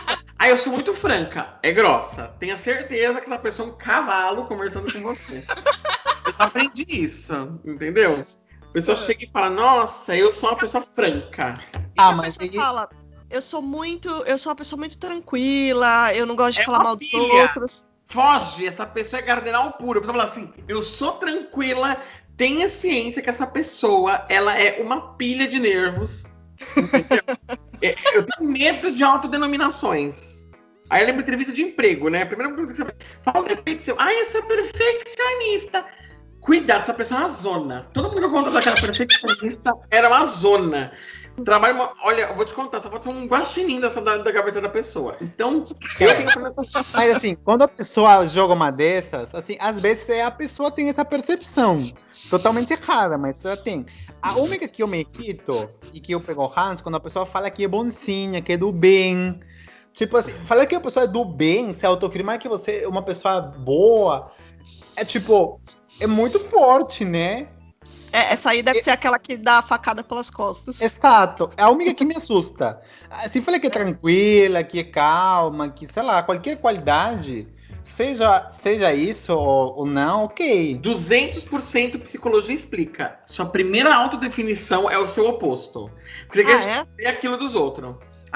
Speaker 1: Ah, eu sou muito franca. É grossa. Tenha certeza que essa pessoa é um cavalo conversando com você. Eu só aprendi isso, entendeu? A pessoa chega e fala, nossa, eu sou uma pessoa franca.
Speaker 2: E se a pessoa fala, eu sou uma pessoa muito tranquila, eu não gosto de falar mal dos outros.
Speaker 1: Foge, essa pessoa é cardenal puro. A pessoa fala assim, eu sou tranquila, tenha ciência que essa pessoa, ela é uma pilha de nervos. Entendeu? Eu tenho medo de autodenominações. Aí eu lembro de entrevista de emprego, né? A primeira coisa que você fala, de repente, seu, eu sou perfeccionista. Cuidado, essa pessoa é uma zona. Todo mundo que eu conto daquela perfeccionista era uma zona. Trabalho, olha, eu vou te contar, só pode ser um guaxinim da gaveta da pessoa. Então, eu tenho...
Speaker 4: Mas assim, quando a pessoa joga uma dessas, assim, às vezes a pessoa tem essa percepção totalmente errada, mas ela tem. A única que eu me irrito e que eu pego ranço quando a pessoa fala que é bonzinha, que é do bem. Tipo assim, falar que a pessoa é do bem, se autoafirmar que você é uma pessoa boa, é tipo, é muito forte, né?
Speaker 2: Essa aí deve ser aquela que dá a facada pelas costas.
Speaker 4: Exato. É a única que me assusta. Se fala que é tranquila, que é calma, que, sei lá, qualquer qualidade, seja isso ou não, ok.
Speaker 1: 200% psicologia explica. Sua primeira autodefinição é o seu oposto. Porque você quer ver aquilo dos outros.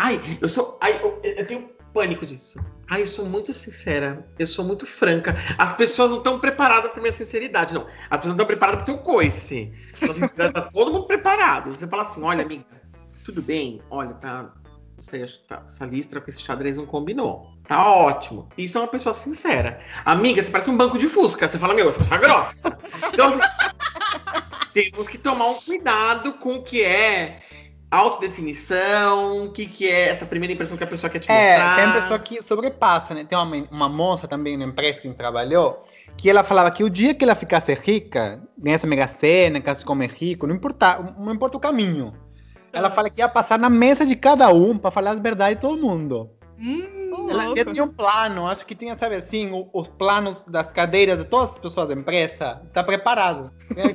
Speaker 1: Eu tenho pânico disso. Eu sou muito sincera. Eu sou muito franca. As pessoas não estão preparadas para minha sinceridade, não. As pessoas não estão preparadas para o seu coice. Sua sinceridade tá todo mundo preparado. Você fala assim, olha, amiga, tudo bem? Olha, tá... Não sei, acho que tá, essa listra com esse xadrez não combinou. Tá ótimo. Isso é uma pessoa sincera. Amiga, você parece um banco de fusca. Você fala, essa pessoa é grossa. Então, assim, temos que tomar um cuidado com o que é autodefinição, o que é essa primeira impressão que a pessoa quer te mostrar.
Speaker 4: Tem pessoa que sobrepassa, né? Tem uma moça também na empresa que a gente trabalhou, que ela falava que o dia que ela ficasse rica, ganhasse Mega Sena, ficasse como rico, não importa o caminho. Ela fala que ia passar na mesa de cada um para falar as verdades de todo mundo. Ela já tinha um plano, acho que tinha, sabe assim, os planos das cadeiras de todas as pessoas da empresa, tá preparado.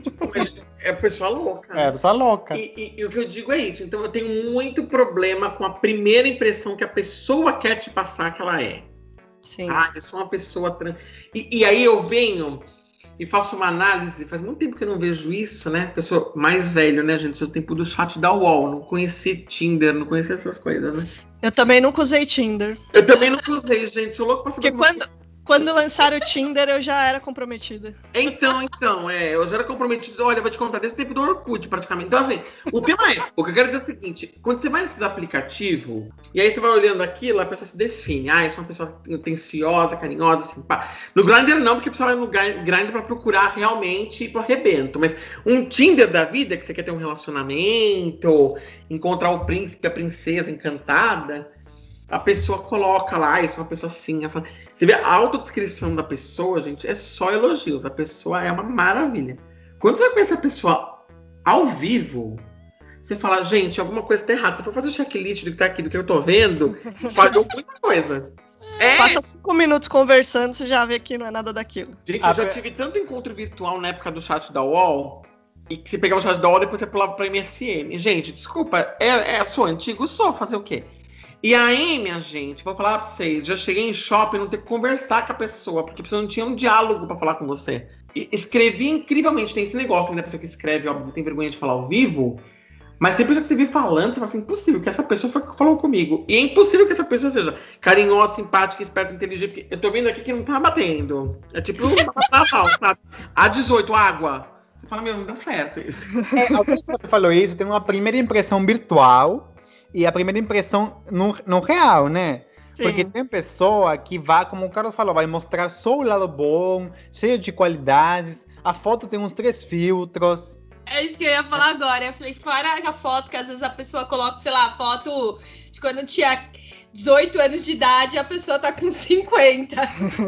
Speaker 1: É pessoa louca.
Speaker 4: É, pessoa louca.
Speaker 1: E o que eu digo é isso. Então eu tenho muito problema com a primeira impressão que a pessoa quer te passar que ela é.
Speaker 2: Sim.
Speaker 1: Eu sou uma pessoa... E aí eu venho e faço uma análise. Faz muito tempo que eu não vejo isso, né? Porque eu sou mais velho, né, gente? Eu sou o tempo do chat da UOL. Não conheci Tinder, não conheci essas coisas, né?
Speaker 2: Eu também nunca usei Tinder.
Speaker 1: Eu também nunca usei, gente. Sou louco pra saber.
Speaker 2: Porque quando lançaram o Tinder, eu já era comprometida.
Speaker 1: Então, eu já era comprometido. Olha, eu vou te contar desde o tempo do Orkut, praticamente. Então, assim, o tema é... O que eu quero dizer é o seguinte. Quando você vai nesses aplicativos, e aí você vai olhando aquilo, a pessoa se define. Eu sou uma pessoa atenciosa, carinhosa, assim, pá. No Grindr não, porque a pessoa vai no Grindr pra procurar realmente ir pro arrebento. Mas um Tinder da vida, que você quer ter um relacionamento, encontrar o príncipe, a princesa encantada, a pessoa coloca lá, eu sou uma pessoa assim, essa... Você vê a autodescrição da pessoa, gente, é só elogios. A pessoa é uma maravilha. Quando você vai conhecer a pessoa ao vivo, você fala, gente, alguma coisa tá errada. Se for fazer o checklist do que tá aqui, do que eu tô vendo, falhou muita coisa.
Speaker 2: Passa 5 minutos conversando, você já vê que não é nada daquilo.
Speaker 1: Gente, eu já tive tanto encontro virtual na época do chat da UOL, e que você pegava o chat da UOL e depois você pulava pra MSN. Gente, desculpa, sou antigo, sou fazer o quê? E aí, minha gente, vou falar pra vocês, já cheguei em shopping, não ter que conversar com a pessoa, porque a pessoa não tinha um diálogo pra falar com você. E escrevi incrivelmente, tem esse negócio da pessoa que escreve, óbvio, tem vergonha de falar ao vivo, mas tem pessoa que você vê falando, você fala assim, impossível que essa pessoa foi que falou comigo. E é impossível que essa pessoa seja carinhosa, simpática, esperta, inteligente, porque eu tô vendo aqui que não tá batendo. É tipo Natal, sabe? A18, água. Você fala, não deu certo isso.
Speaker 4: Alguém que você falou isso, tem uma primeira impressão virtual e a primeira impressão no real, né? Sim. Porque tem pessoa que vai, como o Carlos falou, vai mostrar só o lado bom, cheio de qualidades. A foto tem uns 3 filtros.
Speaker 3: É isso que eu ia falar agora. Eu falei, fora a foto que às vezes a pessoa coloca, sei lá, foto de quando tinha 18 anos de idade e a pessoa tá com 50.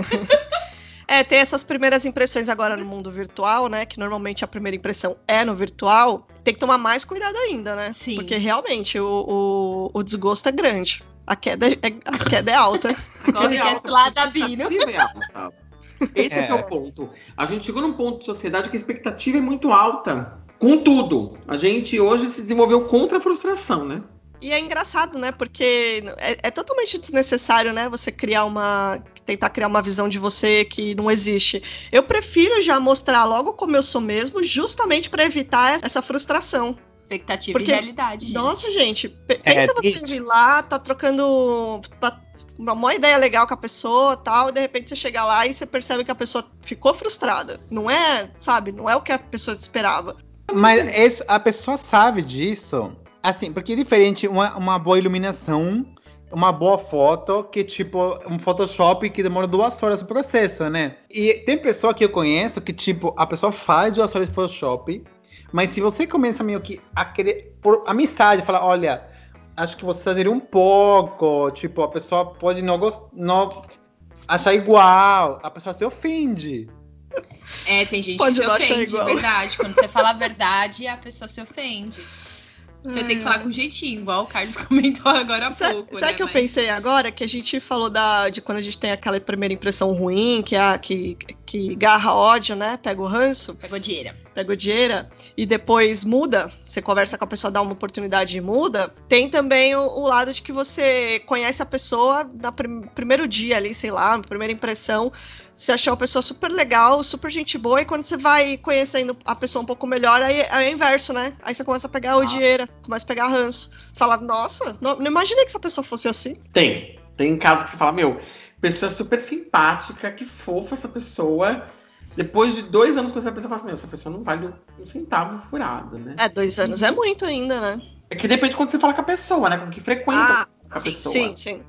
Speaker 2: Tem essas primeiras impressões agora no mundo virtual, né? Que normalmente a primeira impressão é no virtual. Tem que tomar mais cuidado ainda, né?
Speaker 3: Sim.
Speaker 2: Porque realmente o desgosto é grande. A queda é alta.
Speaker 3: Corre que esse lado da Bíblia.
Speaker 1: Esse é o ponto. A gente chegou num ponto de sociedade que a expectativa é muito alta. Com tudo. A gente hoje se desenvolveu contra a frustração, né?
Speaker 2: E é engraçado, né? Porque é totalmente desnecessário, né? Você tentar criar uma visão de você que não existe. Eu prefiro já mostrar logo como eu sou mesmo, justamente para evitar essa frustração.
Speaker 3: Expectativa e realidade, gente.
Speaker 2: Nossa, gente, pensa você ir lá, tá trocando uma boa ideia legal com a pessoa, tal, e de repente você chega lá e você percebe que a pessoa ficou frustrada. Não é, sabe? Não é o que a pessoa esperava.
Speaker 4: Mas a pessoa sabe disso. Assim, porque é diferente uma boa iluminação, uma boa foto, que tipo, um Photoshop que demora 2 horas o processo, né? E tem pessoa que eu conheço que, tipo, a pessoa faz 2 horas de Photoshop, mas se você começa meio que a querer, por amizade, falar, olha, acho que você exagerou um pouco, tipo, a pessoa pode não achar igual, a pessoa se ofende.
Speaker 3: Tem gente que se ofende, de verdade. Quando você fala a verdade, a pessoa se ofende. Você tem que falar com jeitinho, igual o Carlos comentou agora há pouco.
Speaker 2: Sabe que eu pensei agora? Que a gente falou de quando a gente tem aquela primeira impressão ruim, que garra ódio, né? Pega o ranço.
Speaker 3: Pega
Speaker 2: odieira e depois muda. Você conversa com a pessoa, dá uma oportunidade e muda. Tem também o lado de que você conhece a pessoa no primeiro dia ali, sei lá, na primeira impressão. Você achou a pessoa super legal, super gente boa, e quando você vai conhecendo a pessoa um pouco melhor, aí é o inverso, né? Aí você começa a pegar odieira, começa a pegar ranço. Fala, nossa, não imaginei que essa pessoa fosse assim.
Speaker 1: Tem casos que você fala, pessoa super simpática, que fofa essa pessoa. Depois de 2 anos com essa pessoa, fala assim, essa pessoa não vale um centavo furado, né? 2
Speaker 2: anos é muito ainda, né?
Speaker 1: É que depende de quando você fala com a pessoa, né? Com que frequência com a pessoa.
Speaker 2: Sim.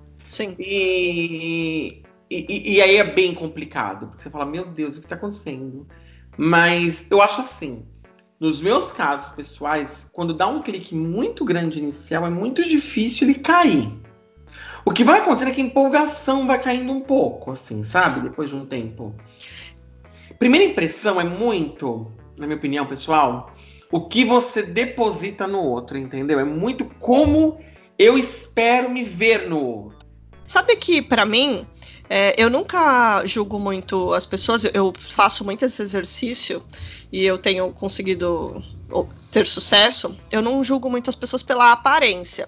Speaker 1: E aí é bem complicado, porque você fala, meu Deus, o que tá acontecendo? Mas eu acho assim, nos meus casos pessoais, quando dá um clique muito grande inicial, é muito difícil ele cair. O que vai acontecer é que a empolgação vai caindo um pouco, assim, sabe? Depois de um tempo. Primeira impressão é muito, na minha opinião, pessoal, o que você deposita no outro, entendeu? É muito como eu espero me ver no outro.
Speaker 2: Sabe que, pra mim, eu nunca julgo muito as pessoas, eu faço muito esse exercício e eu tenho conseguido ter sucesso. Eu não julgo muito as pessoas pela aparência.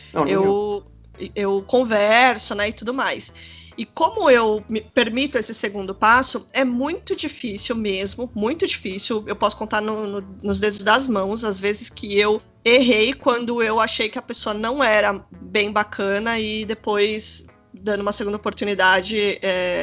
Speaker 2: Eu converso, né, e tudo mais. E como eu me permito esse segundo passo, é muito difícil mesmo, muito difícil. Eu posso contar nos dedos das mãos as vezes que eu errei quando eu achei que a pessoa não era bem bacana e depois, dando uma segunda oportunidade,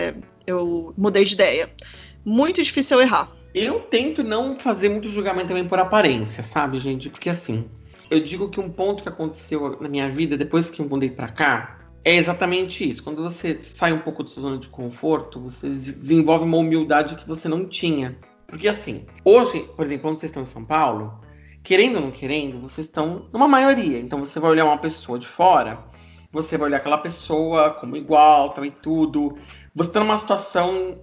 Speaker 2: eu mudei de ideia. Muito difícil eu errar.
Speaker 1: Eu tento não fazer muito julgamento também por aparência, sabe, gente? Porque assim, eu digo que um ponto que aconteceu na minha vida depois que eu mudei pra cá, é exatamente isso. Quando você sai um pouco da sua zona de conforto, você desenvolve uma humildade que você não tinha. Porque assim, hoje, por exemplo, onde vocês estão em São Paulo, querendo ou não querendo, vocês estão numa maioria. Então você vai olhar uma pessoa de fora, você vai olhar aquela pessoa como igual, tal e tudo. Você está numa situação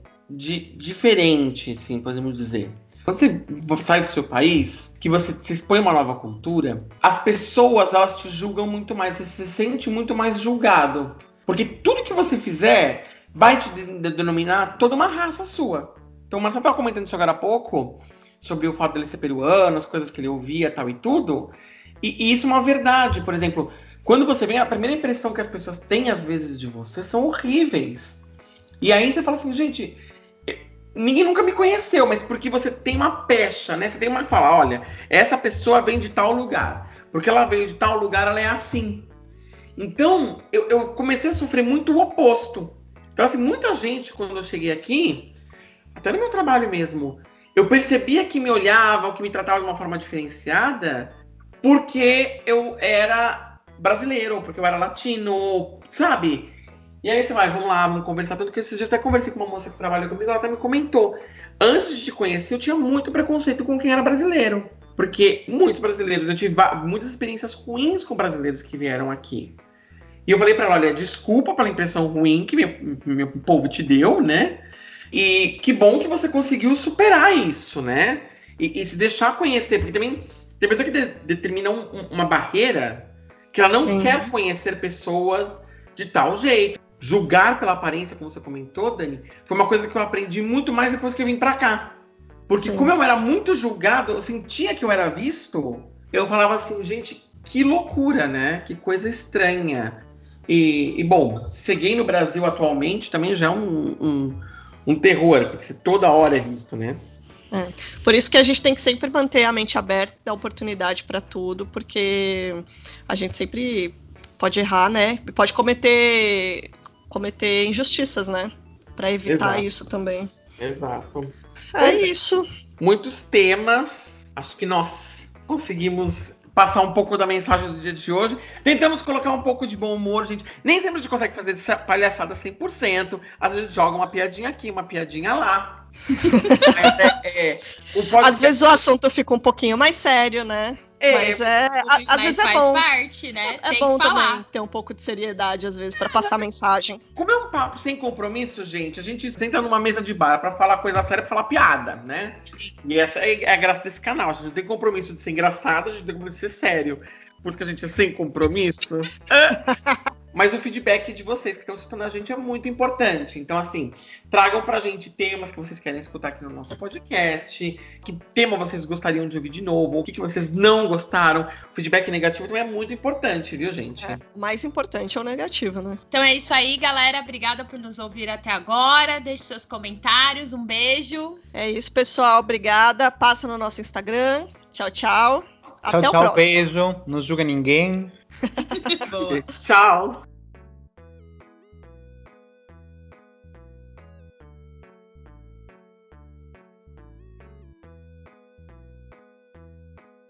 Speaker 1: diferente, assim, podemos dizer. Quando você sai do seu país, que você se expõe a uma nova cultura, as pessoas, elas te julgam muito mais, você se sente muito mais julgado. Porque tudo que você fizer vai te denominar toda uma raça sua. Então o Marcelo estava comentando isso agora há pouco, sobre o fato dele ser peruano, as coisas que ele ouvia, tal e tudo. E isso é uma verdade. Por exemplo, quando você vem, a primeira impressão que as pessoas têm às vezes de você são horríveis. E aí você fala assim, gente... Ninguém nunca me conheceu, mas porque você tem uma pecha, né? Você tem uma fala, olha, essa pessoa vem de tal lugar. Porque ela veio de tal lugar, ela é assim. Então, eu comecei a sofrer muito o oposto. Então, assim, muita gente, quando eu cheguei aqui, até no meu trabalho mesmo, eu percebia que me olhava, ou que me tratava de uma forma diferenciada, porque eu era brasileiro, ou porque eu era latino, sabe? E aí você vai, vamos lá, vamos conversar tudo, que esses dias até conversei com uma moça que trabalha comigo, ela até me comentou. Antes de te conhecer, eu tinha muito preconceito com quem era brasileiro. Porque muitos brasileiros, eu tive muitas experiências ruins com brasileiros que vieram aqui. E eu falei pra ela, olha, desculpa pela impressão ruim que meu povo te deu, né? E que bom que você conseguiu superar isso, né? E se deixar conhecer, porque também tem pessoa que determina uma barreira que ela não quer conhecer pessoas de tal jeito. Julgar pela aparência, como você comentou, Dani, foi uma coisa que eu aprendi muito mais depois que eu vim pra cá. Porque como eu era muito julgado, eu sentia que eu era visto, eu falava assim, gente, Que loucura, né? Que coisa estranha. E bom, ser gay no Brasil atualmente também já é um terror, porque toda hora é visto, né?
Speaker 2: Por isso que a gente tem que sempre manter a mente aberta, dar oportunidade para tudo, porque a gente sempre pode errar, né? Pode cometer injustiças, né? Para evitar isso também.
Speaker 1: Exato.
Speaker 2: Isso.
Speaker 1: Muitos temas. Acho que nós conseguimos passar um pouco da mensagem do dia de hoje. Tentamos colocar um pouco de bom humor, gente. Nem sempre a gente consegue fazer essa palhaçada 100%. Às vezes joga uma piadinha aqui, uma piadinha lá. Mas
Speaker 2: às vezes o assunto fica um pouquinho mais sério, né? Mas às vezes é bom.
Speaker 3: Faz parte, né?
Speaker 2: É
Speaker 3: Tem
Speaker 2: bom
Speaker 3: que falar.
Speaker 2: também ter um pouco de seriedade, às vezes, para passar mensagem.
Speaker 1: Como é um papo sem compromisso, gente, a gente senta numa mesa de bar pra falar coisa séria, pra falar piada, né? E essa é a graça desse canal. A gente não tem compromisso de ser engraçado, a gente tem compromisso de ser sério. Por isso que a gente é sem compromisso. Mas o feedback de vocês que estão escutando a gente é muito importante. Então, assim, tragam pra gente temas que vocês querem escutar aqui no nosso podcast. Que tema vocês gostariam de ouvir de novo? O que vocês não gostaram? O feedback negativo também é muito importante, viu, gente?
Speaker 2: O mais importante é o negativo, né?
Speaker 3: Então é isso aí, galera. Obrigada por nos ouvir até agora. Deixe seus comentários. Um beijo.
Speaker 2: É isso, pessoal. Obrigada. Passa no nosso Instagram. Tchau, tchau.
Speaker 4: Tchau, tchau, beijo. Não julga ninguém.
Speaker 3: Boa.
Speaker 1: Tchau.